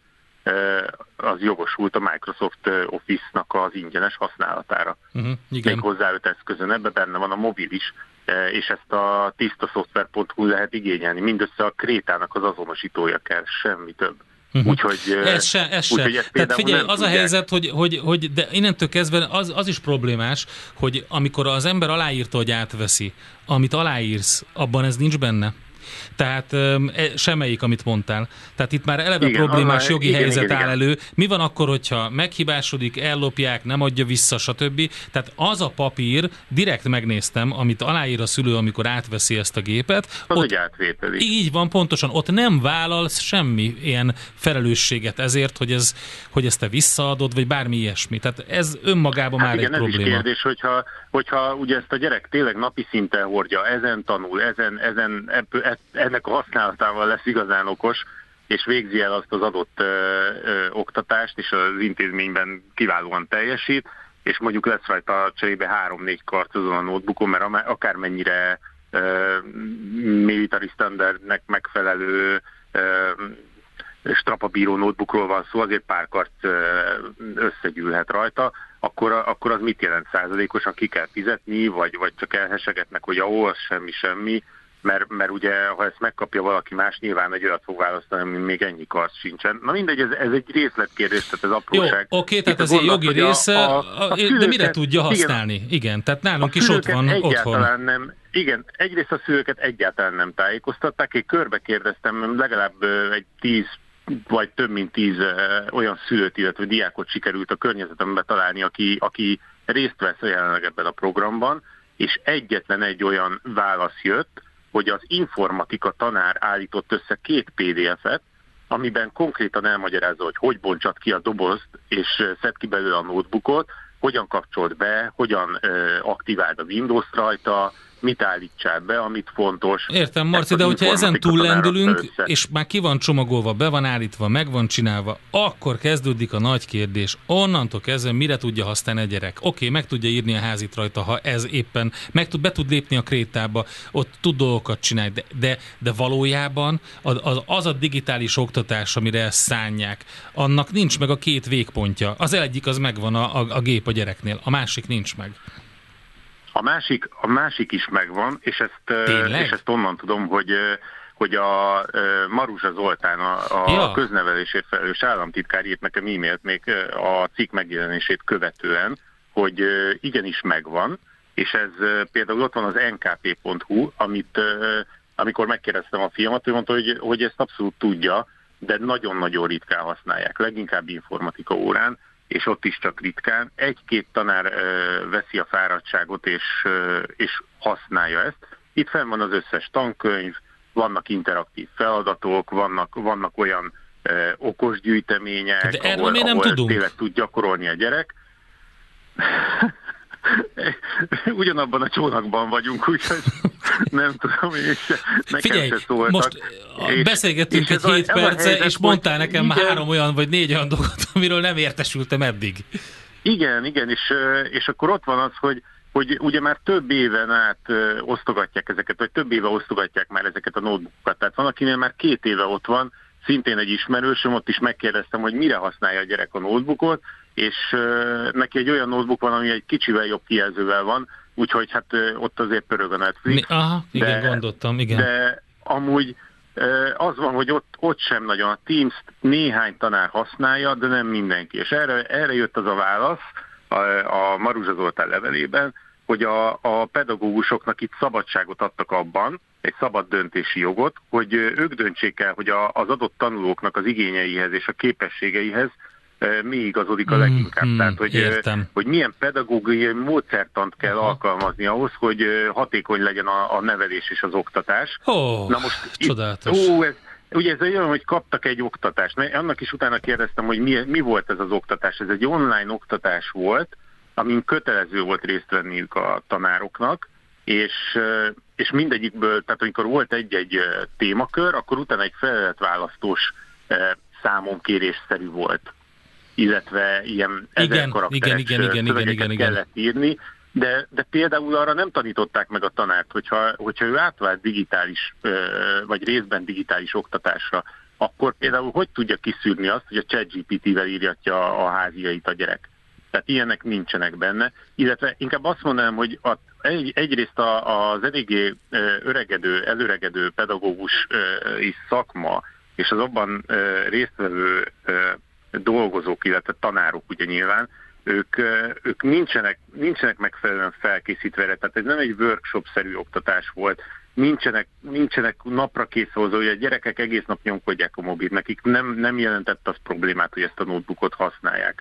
az jogosult a Microsoft Office-nak az ingyenes használatára. Uh-huh, igen. Még hozzá öt eszközön, ebben benne van a mobil is, és ezt a tiszta szoftver pont hu lehet igényelni. Mindössze a Krétának az azonosítója kell, semmi több. Uh-huh. Úgyhogy ez se, ez úgy, se. Tehát figyelj, az tudják. A helyzet, hogy, hogy, hogy de innentől kezdve az, az is problémás, hogy amikor az ember aláírta, hogy átveszi, amit aláírsz, abban ez nincs benne. Tehát semmelyik, amit mondtál. Tehát itt már eleve igen, problémás az jogi igen, helyzet igen, áll igen. elő. Mi van akkor, hogyha meghibásodik, ellopják, nem adja vissza, stb. Tehát az a papír, direkt megnéztem, amit aláír a szülő, amikor átveszi ezt a gépet. Az ott, egy átvételi. Így van, pontosan. Ott nem vállalsz semmi ilyen felelősséget ezért, hogy, ez, hogy ezt te visszaadod, vagy bármi ilyesmi. Tehát ez önmagában hát már igen, egy probléma. Igen, ez is kérdés, hogyha, hogyha ugye ezt a gyerek tényleg napi szinten hordja, ezen tanul, ezen, ezen ebből, ennek a használatával lesz igazán okos, és végzi el azt az adott ö, ö, oktatást, és az intézményben kiválóan teljesít, és mondjuk lesz rajta cserébe három-négy karcozó a notebookon, mert akármennyire ö, military standardnek megfelelő ö, strapabíró notebookról van szó, azért pár karc ö, összegyűlhet rajta, akkor, akkor az mit jelent? Százalékosan ki kell fizetni, vagy, vagy csak elhesegetnek, hogy ahol az semmi-semmi, Mert, mert ugye, ha ezt megkapja valaki más, nyilván egy olyat fog választani, ami még ennyi karc sincsen. Na mindegy, ez, ez egy részletkérdés, tehát ez apróság. Jó, oké, tehát ez egy jogi része, a, a, a szülőket, de mire tudja használni? Igen, igen tehát nálunk is ott van otthon. Nem, igen, egyrészt a szülőket egyáltalán nem tájékoztatták. Én körbe kérdeztem, legalább egy tíz, vagy több mint tíz olyan szülőt, illetve diákot sikerült a környezetemben találni, aki, aki részt vesz jelenleg ebben a programban, és egyetlen egy olyan válasz jött, hogy az informatika tanár állított össze két pé dé ef-et, amiben konkrétan elmagyarázza, hogy hogy bontsad ki a dobozt, és szed ki belőle a notebookot, hogyan kapcsolt be, hogyan ö, aktiváld a Windows-t rajta, mit állítsál be, amit fontos. Értem, Marci, de hogyha ezen túl lendülünk, és már ki van csomagolva, be van állítva, meg van csinálva, akkor kezdődik a nagy kérdés. Onnantól kezdve mire tudja használni a gyerek? Oké, okay, meg tudja írni a házit rajta, ha ez éppen, meg tud, be tud lépni a krétába, ott tud dolgokat csinálni, de, de, de valójában az, az a digitális oktatás, amire ezt szánják, annak nincs meg a két végpontja. Az egyik az megvan a, a, a gép a gyereknél, a másik nincs meg. A másik, a másik is megvan, és ezt, és ezt onnan tudom, hogy, hogy a Maruzsa Zoltán, a, a ja. köznevelésért felelős államtitkár írt nekem e-mailt még a cikk megjelenését követően, hogy igenis megvan, és ez például ott van az en ká pé pont hu, amit amikor megkérdeztem a fiamat, ő mondta, hogy, hogy ezt abszolút tudja, de nagyon-nagyon ritkán használják, leginkább informatika órán, és ott is csak ritkán. Egy-két tanár ö, veszi a fáradtságot, és, ö, és használja ezt. Itt fenn van az összes tankönyv, vannak interaktív feladatok, vannak, vannak olyan ö, okos gyűjtemények, de ahol, mi nem ahol tudunk. tényleg tud gyakorolni a gyerek. Ugyanabban a csónakban vagyunk, úgyhogy nem tudom, és nekem Figyelj, se szóltak. Most és, beszélgettünk és egy hét perce, helyzet, és mondtál nekem igen, már három olyan, vagy négy olyan dolgot, amiről nem értesültem eddig. Igen, igen, és, és akkor ott van az, hogy, hogy ugye már több éven át osztogatják ezeket, vagy több éve osztogatják már ezeket a notebookokat. Tehát van, akinél már két éve ott van, szintén egy ismerősöm, ott is megkérdeztem, hogy mire használja a gyerek a notebookot, és uh, neki egy olyan notebook van, ami egy kicsivel jobb kijelzővel van, úgyhogy hát uh, ott azért pörög a Netflix. Aha, igen, de, gondoltam, igen. De amúgy uh, az van, hogy ott, ott sem nagyon a Teams-t néhány tanár használja, de nem mindenki. És erre, erre jött az a válasz a, a Maruzsa Zoltán levelében, hogy a, a pedagógusoknak itt szabadságot adtak abban, egy szabad döntési jogot, hogy ők döntsék el, hogy a, az adott tanulóknak az igényeihez és a képességeihez mi igazodik a leginkább. Mm, Tehát, hogy, értem. hogy milyen pedagógiai módszertant kell Aha. alkalmazni ahhoz, hogy hatékony legyen a, a nevelés és az oktatás. Oh, Na most csodálatos. Itt, ó, ez, ugye ez olyan, hogy kaptak egy oktatást. Annak is utána kérdeztem, hogy mi, mi volt ez az oktatás. Ez egy online oktatás volt, amin kötelező volt részt venniük a tanároknak, és, és mindegyikből, tehát amikor volt egy-egy témakör, akkor utána egy feladatválasztós számonkérésszerű volt, illetve ilyen ezer karakteres igen, igen, igen, igen, igen, igen. kellett írni, de, de például arra nem tanították meg a tanárt, hogyha, hogyha ő átvált digitális, vagy részben digitális oktatásra, akkor például hogy tudja kiszűrni azt, hogy a ChatGPT-vel írjatja a háziait a gyerek. Tehát ilyenek nincsenek benne, illetve inkább azt mondanám, hogy a, egy, egyrészt a, az eléggé öregedő, előregedő pedagógus szakma, és az abban résztvevő dolgozók, illetve tanárok ugye nyilván, ők, ők nincsenek, nincsenek megfelelően felkészítve erre, tehát ez nem egy workshop-szerű oktatás volt, nincsenek, nincsenek napra készhozó, hogy a gyerekek egész nap nyomkodják a mobilt, nekik nem, nem jelentett az problémát, hogy ezt a notebookot használják.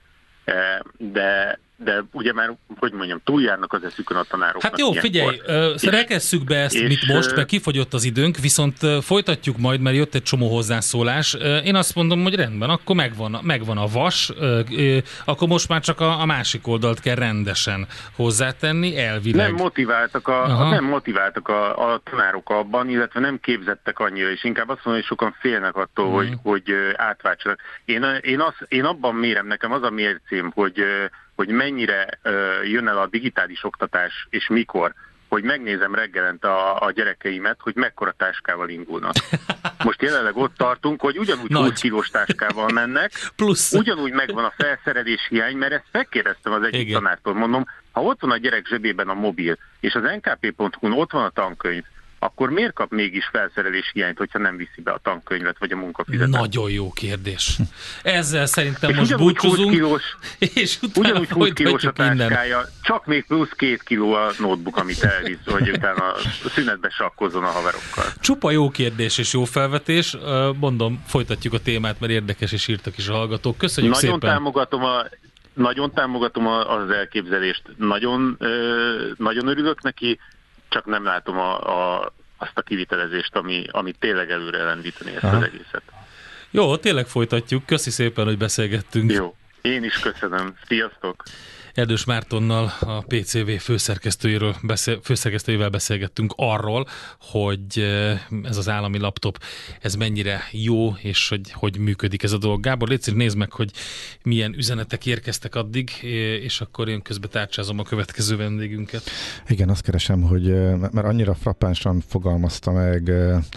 De, de ugye már, hogy mondjam, túljárnak az eszükön a tanároknak. Hát jó, figyelj, rekesszük be ezt, és, mit most, mert kifogyott az időnk, viszont folytatjuk majd, mert jött egy csomó hozzászólás. Én azt mondom, hogy rendben, akkor megvan, megvan a vas, akkor most már csak a, a másik oldalt kell rendesen hozzátenni, elvileg. Nem motiváltak a, nem motiváltak a, a tanárok abban, illetve nem képzettek annyira, és inkább azt mondom, hogy sokan félnek attól, mm. hogy, hogy átváltsanak. Én, én, az, én abban mérem, nekem az a mércém, hogy hogy mennyire uh, jön el a digitális oktatás, és mikor, hogy megnézem reggelente a, a gyerekeimet, hogy mekkora táskával indulnak. Most jelenleg ott tartunk, hogy ugyanúgy Nagy. húsz kilós táskával mennek, Plusz. ugyanúgy megvan a felszerelés hiány, mert ezt megkérdeztem az egyik Igen. tanártól, mondom, ha ott van a gyerek zsebében a mobil, és az en ká pé pont hu-n ott van a tankönyv, akkor miért kap mégis felszerelés hiányt, hogyha nem viszi be a tankönyvet, vagy a munkafizetést? Nagyon jó kérdés. Ezzel szerintem és most búcsúzunk, kilós, és utána ugyanúgy húsz kilós a táskája, minden. Csak még plusz két kiló a notebook, amit elvisz, hogy utána a szünetbe sakkozzon a haverokkal. Csupa jó kérdés és jó felvetés. Mondom, folytatjuk a témát, mert érdekes, és írtak is a hallgatók. Köszönjük Nagyon szépen. Támogatom a, nagyon támogatom az elképzelést. Nagyon, nagyon örülök neki, csak nem látom a, a, azt a kivitelezést, ami, ami tényleg előre lendíteni ezt Aha. az egészet. Jó, tényleg folytatjuk. Köszi szépen, hogy beszélgettünk. Jó, én is köszönöm. Sziasztok! Erdős Mártonnal, a pé cé vé főszerkesztőjéről beszél, főszerkesztőjével beszélgettünk arról, hogy ez az állami laptop, ez mennyire jó, és hogy, hogy működik ez a dolog. Gábor, légy szíves, nézd meg, hogy milyen üzenetek érkeztek addig, és akkor én közben tárcsázom a következő vendégünket. Igen, azt keresem, hogy mert annyira frappánsan fogalmazta meg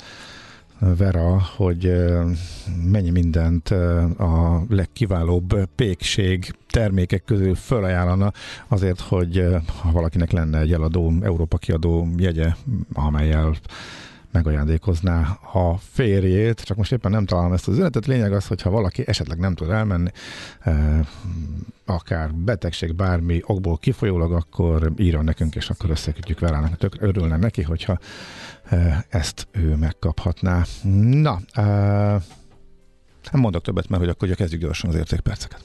Vera, hogy mennyi mindent a legkiválóbb pékség termékek közül felajánlana azért, hogy ha valakinek lenne egy eladó, Európa kiadó jegye, amellyel megajándékozná a férjét, csak most éppen nem találom ezt az üzenetet. Lényeg az, hogy ha valaki esetleg nem tud elmenni, akár betegség, bármi okból kifolyólag, akkor írjon nekünk, és akkor összekötjük vele. Tök örülne neki, hogyha ezt ő megkaphatná. Na, nem mondok többet, mert hogy akkor kezdjük gyorsan az értékperceket.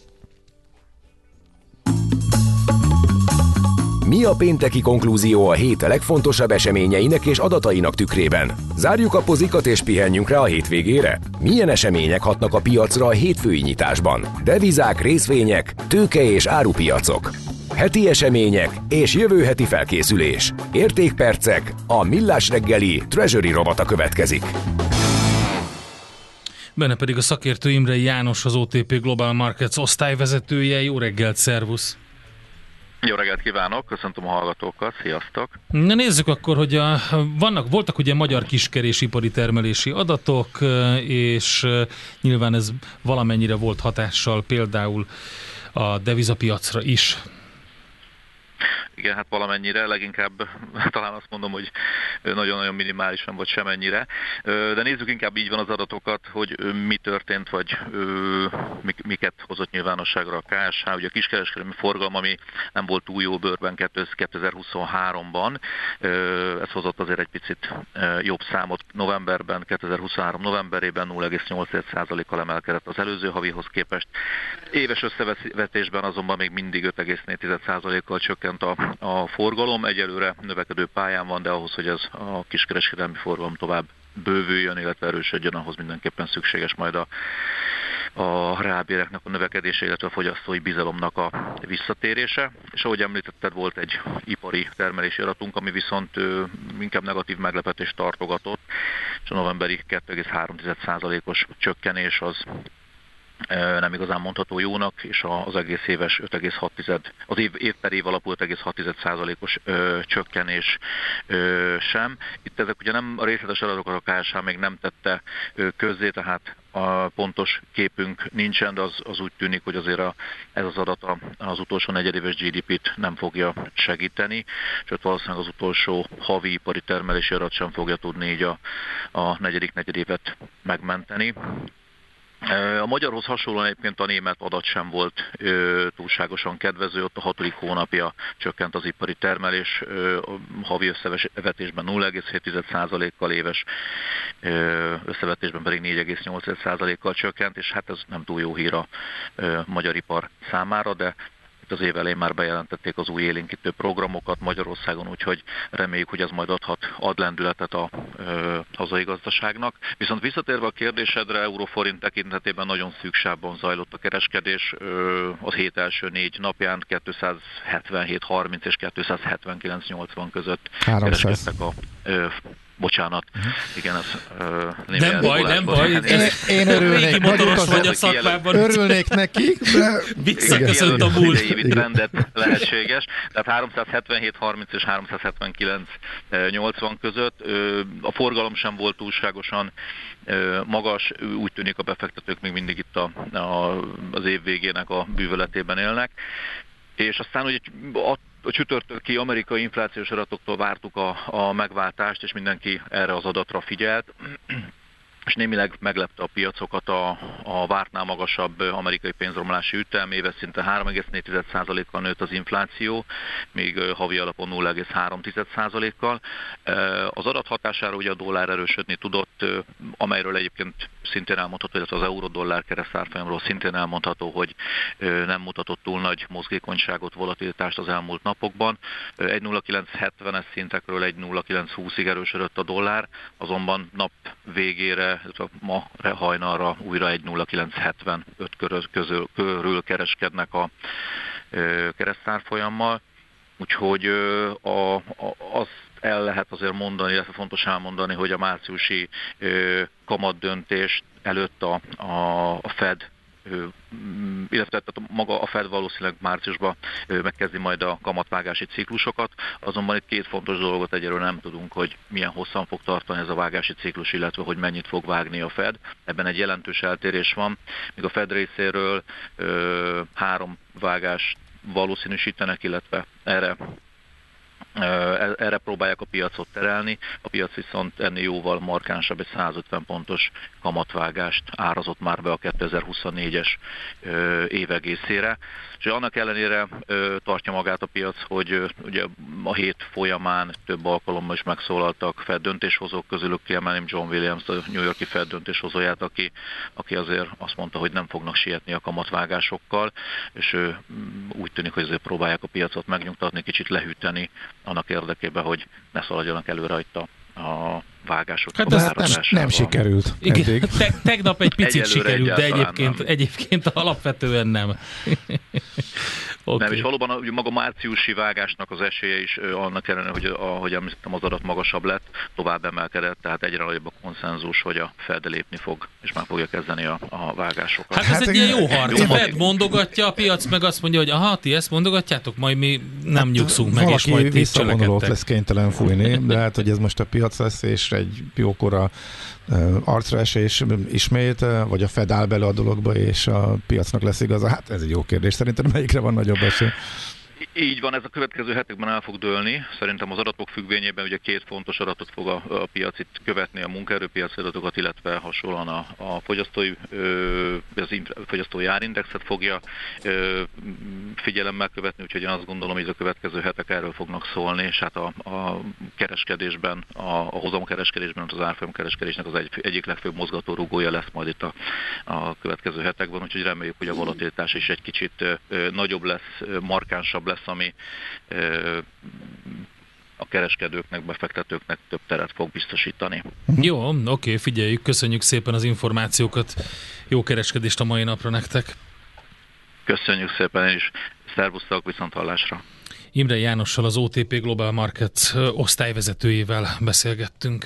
Mi a pénteki konklúzió a hét legfontosabb eseményeinek és adatainak tükrében? Zárjuk a pozikat és pihenjünk rá a hétvégére? Milyen események hatnak a piacra a hétfői nyitásban? Devizák, részvények, tőke és árupiacok. Heti események és jövő heti felkészülés. Értékpercek, a Millás reggeli Treasury rovata következik. Benne pedig a szakértő Imrei János, az o té pé Global Markets osztályvezetője. Jó reggelt, szervusz! Jó reggelt kívánok, köszöntöm a hallgatókat, sziasztok! Na nézzük akkor, hogy a, vannak, voltak ugye magyar kiskerésipari termelési adatok, és nyilván ez valamennyire volt hatással például a devizapiacra is. Igen, hát valamennyire, leginkább talán azt mondom, hogy nagyon-nagyon minimálisan, vagy semennyire. De nézzük inkább így van az adatokat, hogy mi történt, vagy miket hozott nyilvánosságra a ká es há. Ugye a kiskereskedelmi forgalom, ami nem volt túl jó bőrben kétezer-huszonháromban, ez hozott azért egy picit jobb számot. Novemberben, kétezer-huszonhárom novemberében nulla egész nyolc százalékkal emelkedett az előző havihoz képest. Éves összevetésben azonban még mindig öt egész négy százalékkal csökkent a, a forgalom. Egyelőre növekedő pályán van, de ahhoz, hogy ez a kiskereskedelmi forgalom tovább bővüljön, illetve erősödjön, ahhoz mindenképpen szükséges majd a, a reálbéreknek a növekedése, illetve a fogyasztói bizalomnak a visszatérése. És ahogy említetted, volt egy ipari termelési adatunk, ami viszont ö, inkább negatív meglepetést tartogatott, és a novemberi kettő egész három százalékos csökkenés az nem igazán mondható jónak, és az egész éves öt egész hat, az év, év per év alapú öt egész hat százalékos ö, csökkenés ö, sem. Itt ezek ugye nem a részletes adatokat a ká es há még nem tette ö, közzé, tehát a pontos képünk nincsen, de az, az úgy tűnik, hogy azért a, ez az adat az utolsó negyedéves gé dé pét nem fogja segíteni, sőt valószínűleg az utolsó havi ipari termelési adat sem fogja tudni így a, a negyedik negyedévet megmenteni. A magyarhoz hasonlóan egyébként a német adat sem volt ö, túlságosan kedvező, ott a hatodik hónapja csökkent az ipari termelés, ö, a havi összevetésben nulla egész hét százalékkal, éves ö, összevetésben pedig négy egész nyolc százalékkal csökkent, és hát ez nem túl jó hír a ö, magyar ipar számára, de itt az év elején már bejelentették az új élénkítő programokat Magyarországon, úgyhogy reméljük, hogy ez majd adhat ad lendületet a ö, hazai gazdaságnak. Viszont visszatérve a kérdésedre, euróforint tekintetében nagyon szűk sávban zajlott a kereskedés. Ö, az hét első négy napján kétszázhetvenhét harminc és kétszázhetvenkilenc nyolcvan között háromszáz kereskedtek a ö, bocsánat, igen, ez uh, nem baj, nem baj. Én, én örülnék, motoros vagy a szakmában. Örülnék neki, de visszaköszönt a múlt. Évi trendet lehetséges, tehát háromszázhetvenhét harminc és háromszázhetvenkilenc nyolcvan között. A forgalom sem volt túlságosan magas, úgy tűnik a befektetők még mindig itt a, a, az év végének a bűvöletében élnek. És aztán ugye a A csütörtöki amerikai inflációs adatoktól vártuk a, a megváltást, és mindenki erre az adatra figyelt, és némileg meglepte a piacokat a, a vártnál magasabb amerikai pénzromlási ütem, éves szinte három egész négy százalékkal nőtt az infláció, még havi alapon nulla egész három százalékkal. Az adat hatására ugye a dollár erősödni tudott, amelyről egyébként szintén elmondható, illetve az euró-dollár keresztárfolyamról szintén elmondható, hogy nem mutatott túl nagy mozgékonyságot, volatilitást az elmúlt napokban. egy nulla egész kilenc hetvenes szintekről egy nulla egész kilenc húszig erősödött a dollár, azonban nap végére, ma hajnalra újra egy nulla egész kilenc hetvenöt körül, közül, körül kereskednek a keresztárfolyammal. Úgyhogy a, a, azt el lehet azért mondani, illetve fontos elmondani, hogy a márciusi kamatdöntés előtt a, a, a Fed, illetve maga a Fed valószínűleg márciusban megkezdi majd a kamatvágási ciklusokat, azonban itt két fontos dolgot egyelőre nem tudunk, hogy milyen hosszan fog tartani ez a vágási ciklus, illetve hogy mennyit fog vágni a Fed. Ebben egy jelentős eltérés van, míg a Fed részéről ö, három vágást valószínűsítenek, illetve erre erre próbálják a piacot terelni, a piac viszont ennél jóval markánsabb, egy százötven pontos kamatvágást árazott már be a kétezer-huszonnégyes év egészére. És annak ellenére tartja magát a piac, hogy ugye a hét folyamán több alkalommal is megszólaltak Fed döntéshozók, közülük kiemelném John Williams, a New York-i Fed döntéshozóját, aki, aki azért azt mondta, hogy nem fognak sietni a kamatvágásokkal, és úgy tűnik, hogy azért próbálják a piacot megnyugtatni, kicsit lehűteni annak érdekében, hogy ne szaladjanak előre itt a, a vágások. Hát ez nem, nem sikerült. Igen, te, tegnap egy picit egyelőre sikerült, de egyébként, nem. egyébként alapvetően nem. Okay. Nem, és valóban a, maga márciusi vágásnak az esélye is annak ellenére, hogy ahogy említettem, az adat magasabb lett, tovább emelkedett, tehát egyre nagyobb a konszenzus, hogy a Fed lépni fog, és már fogja kezdeni a, a vágásokat. Hát ez hát egy ilyen jó harc. A Fed mondogatja, a piac meg azt mondja, hogy aha, ti ezt mondogatjátok, majd mi nem hát nyugszunk meg, és majd ti cselekedtek. Lesz kénytelen fújni, de hát, hogy ez most a piac lesz, és egy jókora uh, arcra esés ismét, vagy a Fed áll bele a dologba, és a piacnak lesz igaza. Hát ez egy jó kérdés. Szerintem melyikre van nagyobb esély? Így van, ez a következő hetekben el fog dőlni. Szerintem az adatok függvényében ugye két fontos adatot fog a, a piac itt követni, a munkaerőpiaci adatokat, illetve hasonlóan a, a fogyasztói, ö, az fogyasztói árindexet fogja ö, figyelemmel követni, úgyhogy én azt gondolom, hogy a következő hetek erről fognak szólni, és hát a, a kereskedésben, a, a hozamkereskedésben, az árfolyamkereskedésnek az egy, egyik legfőbb mozgatórugója lesz majd itt a, a következő hetekben, úgyhogy reméljük, hogy a volatilitás is egy kicsit ö, nagyobb lesz, markánsabb lesz, ami ö, a kereskedőknek, befektetőknek több teret fog biztosítani. Jó, oké, figyeljük, köszönjük szépen az információkat, jó kereskedést a mai napra nektek. Köszönjük szépen, és szervusztok, viszont hallásra. Imre Jánossal, az o té pé Global Market osztályvezetőjével beszélgettünk.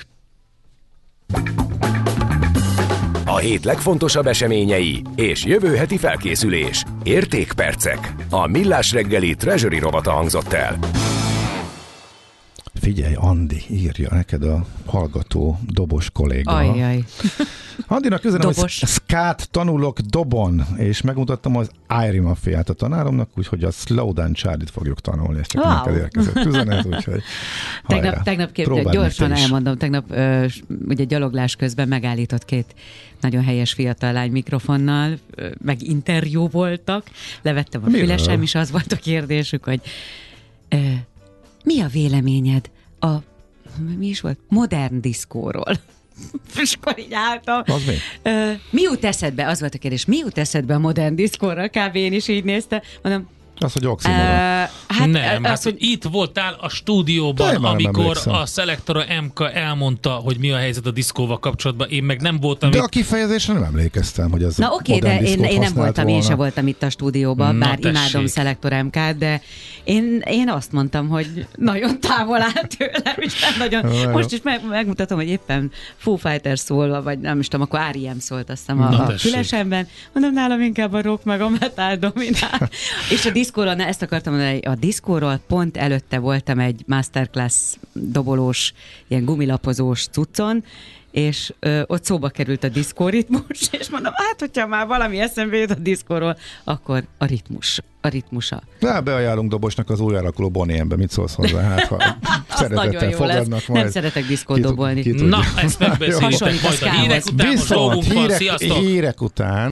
A hét legfontosabb eseményei és jövő heti felkészülés. Értékpercek. A Millás reggeli Treasury rovata hangzott el. Figyelj, Andi, írja neked a hallgató dobos kolléga. Ajjaj. Andinak üzenem, hogy skát tanulok dobon, és megmutattam az Irie Mafiát a tanáromnak, úgyhogy a Slow Down Charlie-t fogjuk tanulni. Ez csak wow. neked érkezett üzenet, úgyhogy Tegnap, tegnap kép, gyorsan elmondom, tegnap ö, ugye gyaloglás közben megállított két nagyon helyes fiatal lány mikrofonnal, ö, meg interjú voltak, levettem a fülesem, és az volt a kérdésük, hogy ö, mi a véleményed a, mi is volt? Modern diszkóról. És akkor így álltam. Az mi? Ö, mi jut eszedbe? Az volt a kérdés. Mi jut eszedbe a modern diszkóra? Kb. Én is így néztem. Mondom, az, hogy oximoron. Uh, hát, nem, az, hát hogy itt voltál a stúdióban, amikor a Szelektora em ká elmondta, hogy mi a helyzet a diszkóval kapcsolatban, én meg nem voltam. De itt. a kifejezésre nem emlékeztem, hogy az na oké, de én, én nem voltam, volna. Én sem voltam itt a stúdióban, na, bár tessék. Imádom Szelektora em kát, de én, én azt mondtam, hogy nagyon távol áll tőlem, és nem nagyon. Most is meg, megmutatom, hogy éppen Foo Fighters szólva, vagy nem is tudom, akkor er i em szólt, azt hiszem a, a fülesemben. Mondom, nálam inkább a rock meg a metal dominál. És a diszkóról, na ezt akartam mondani, a diszkóról pont előtte voltam egy masterclass dobolós, ilyen gumilapozós cuccon, és ö, ott szóba került a diszkóritmus, és mondom, hát, hogyha már valami eszembe jut a diszkóról, akkor a ritmus, a ritmusa. Na, beajánlunk dobosnak az új alakuló Bonnie M-be, mit szólsz hozzá? Hát, ha szeretettel fogadnak majd. Nem szeretek diszkót dobolni. Na, ezt megbeszéljük majd a hírek után, most dolgunk van, sziasztok! Hírek után.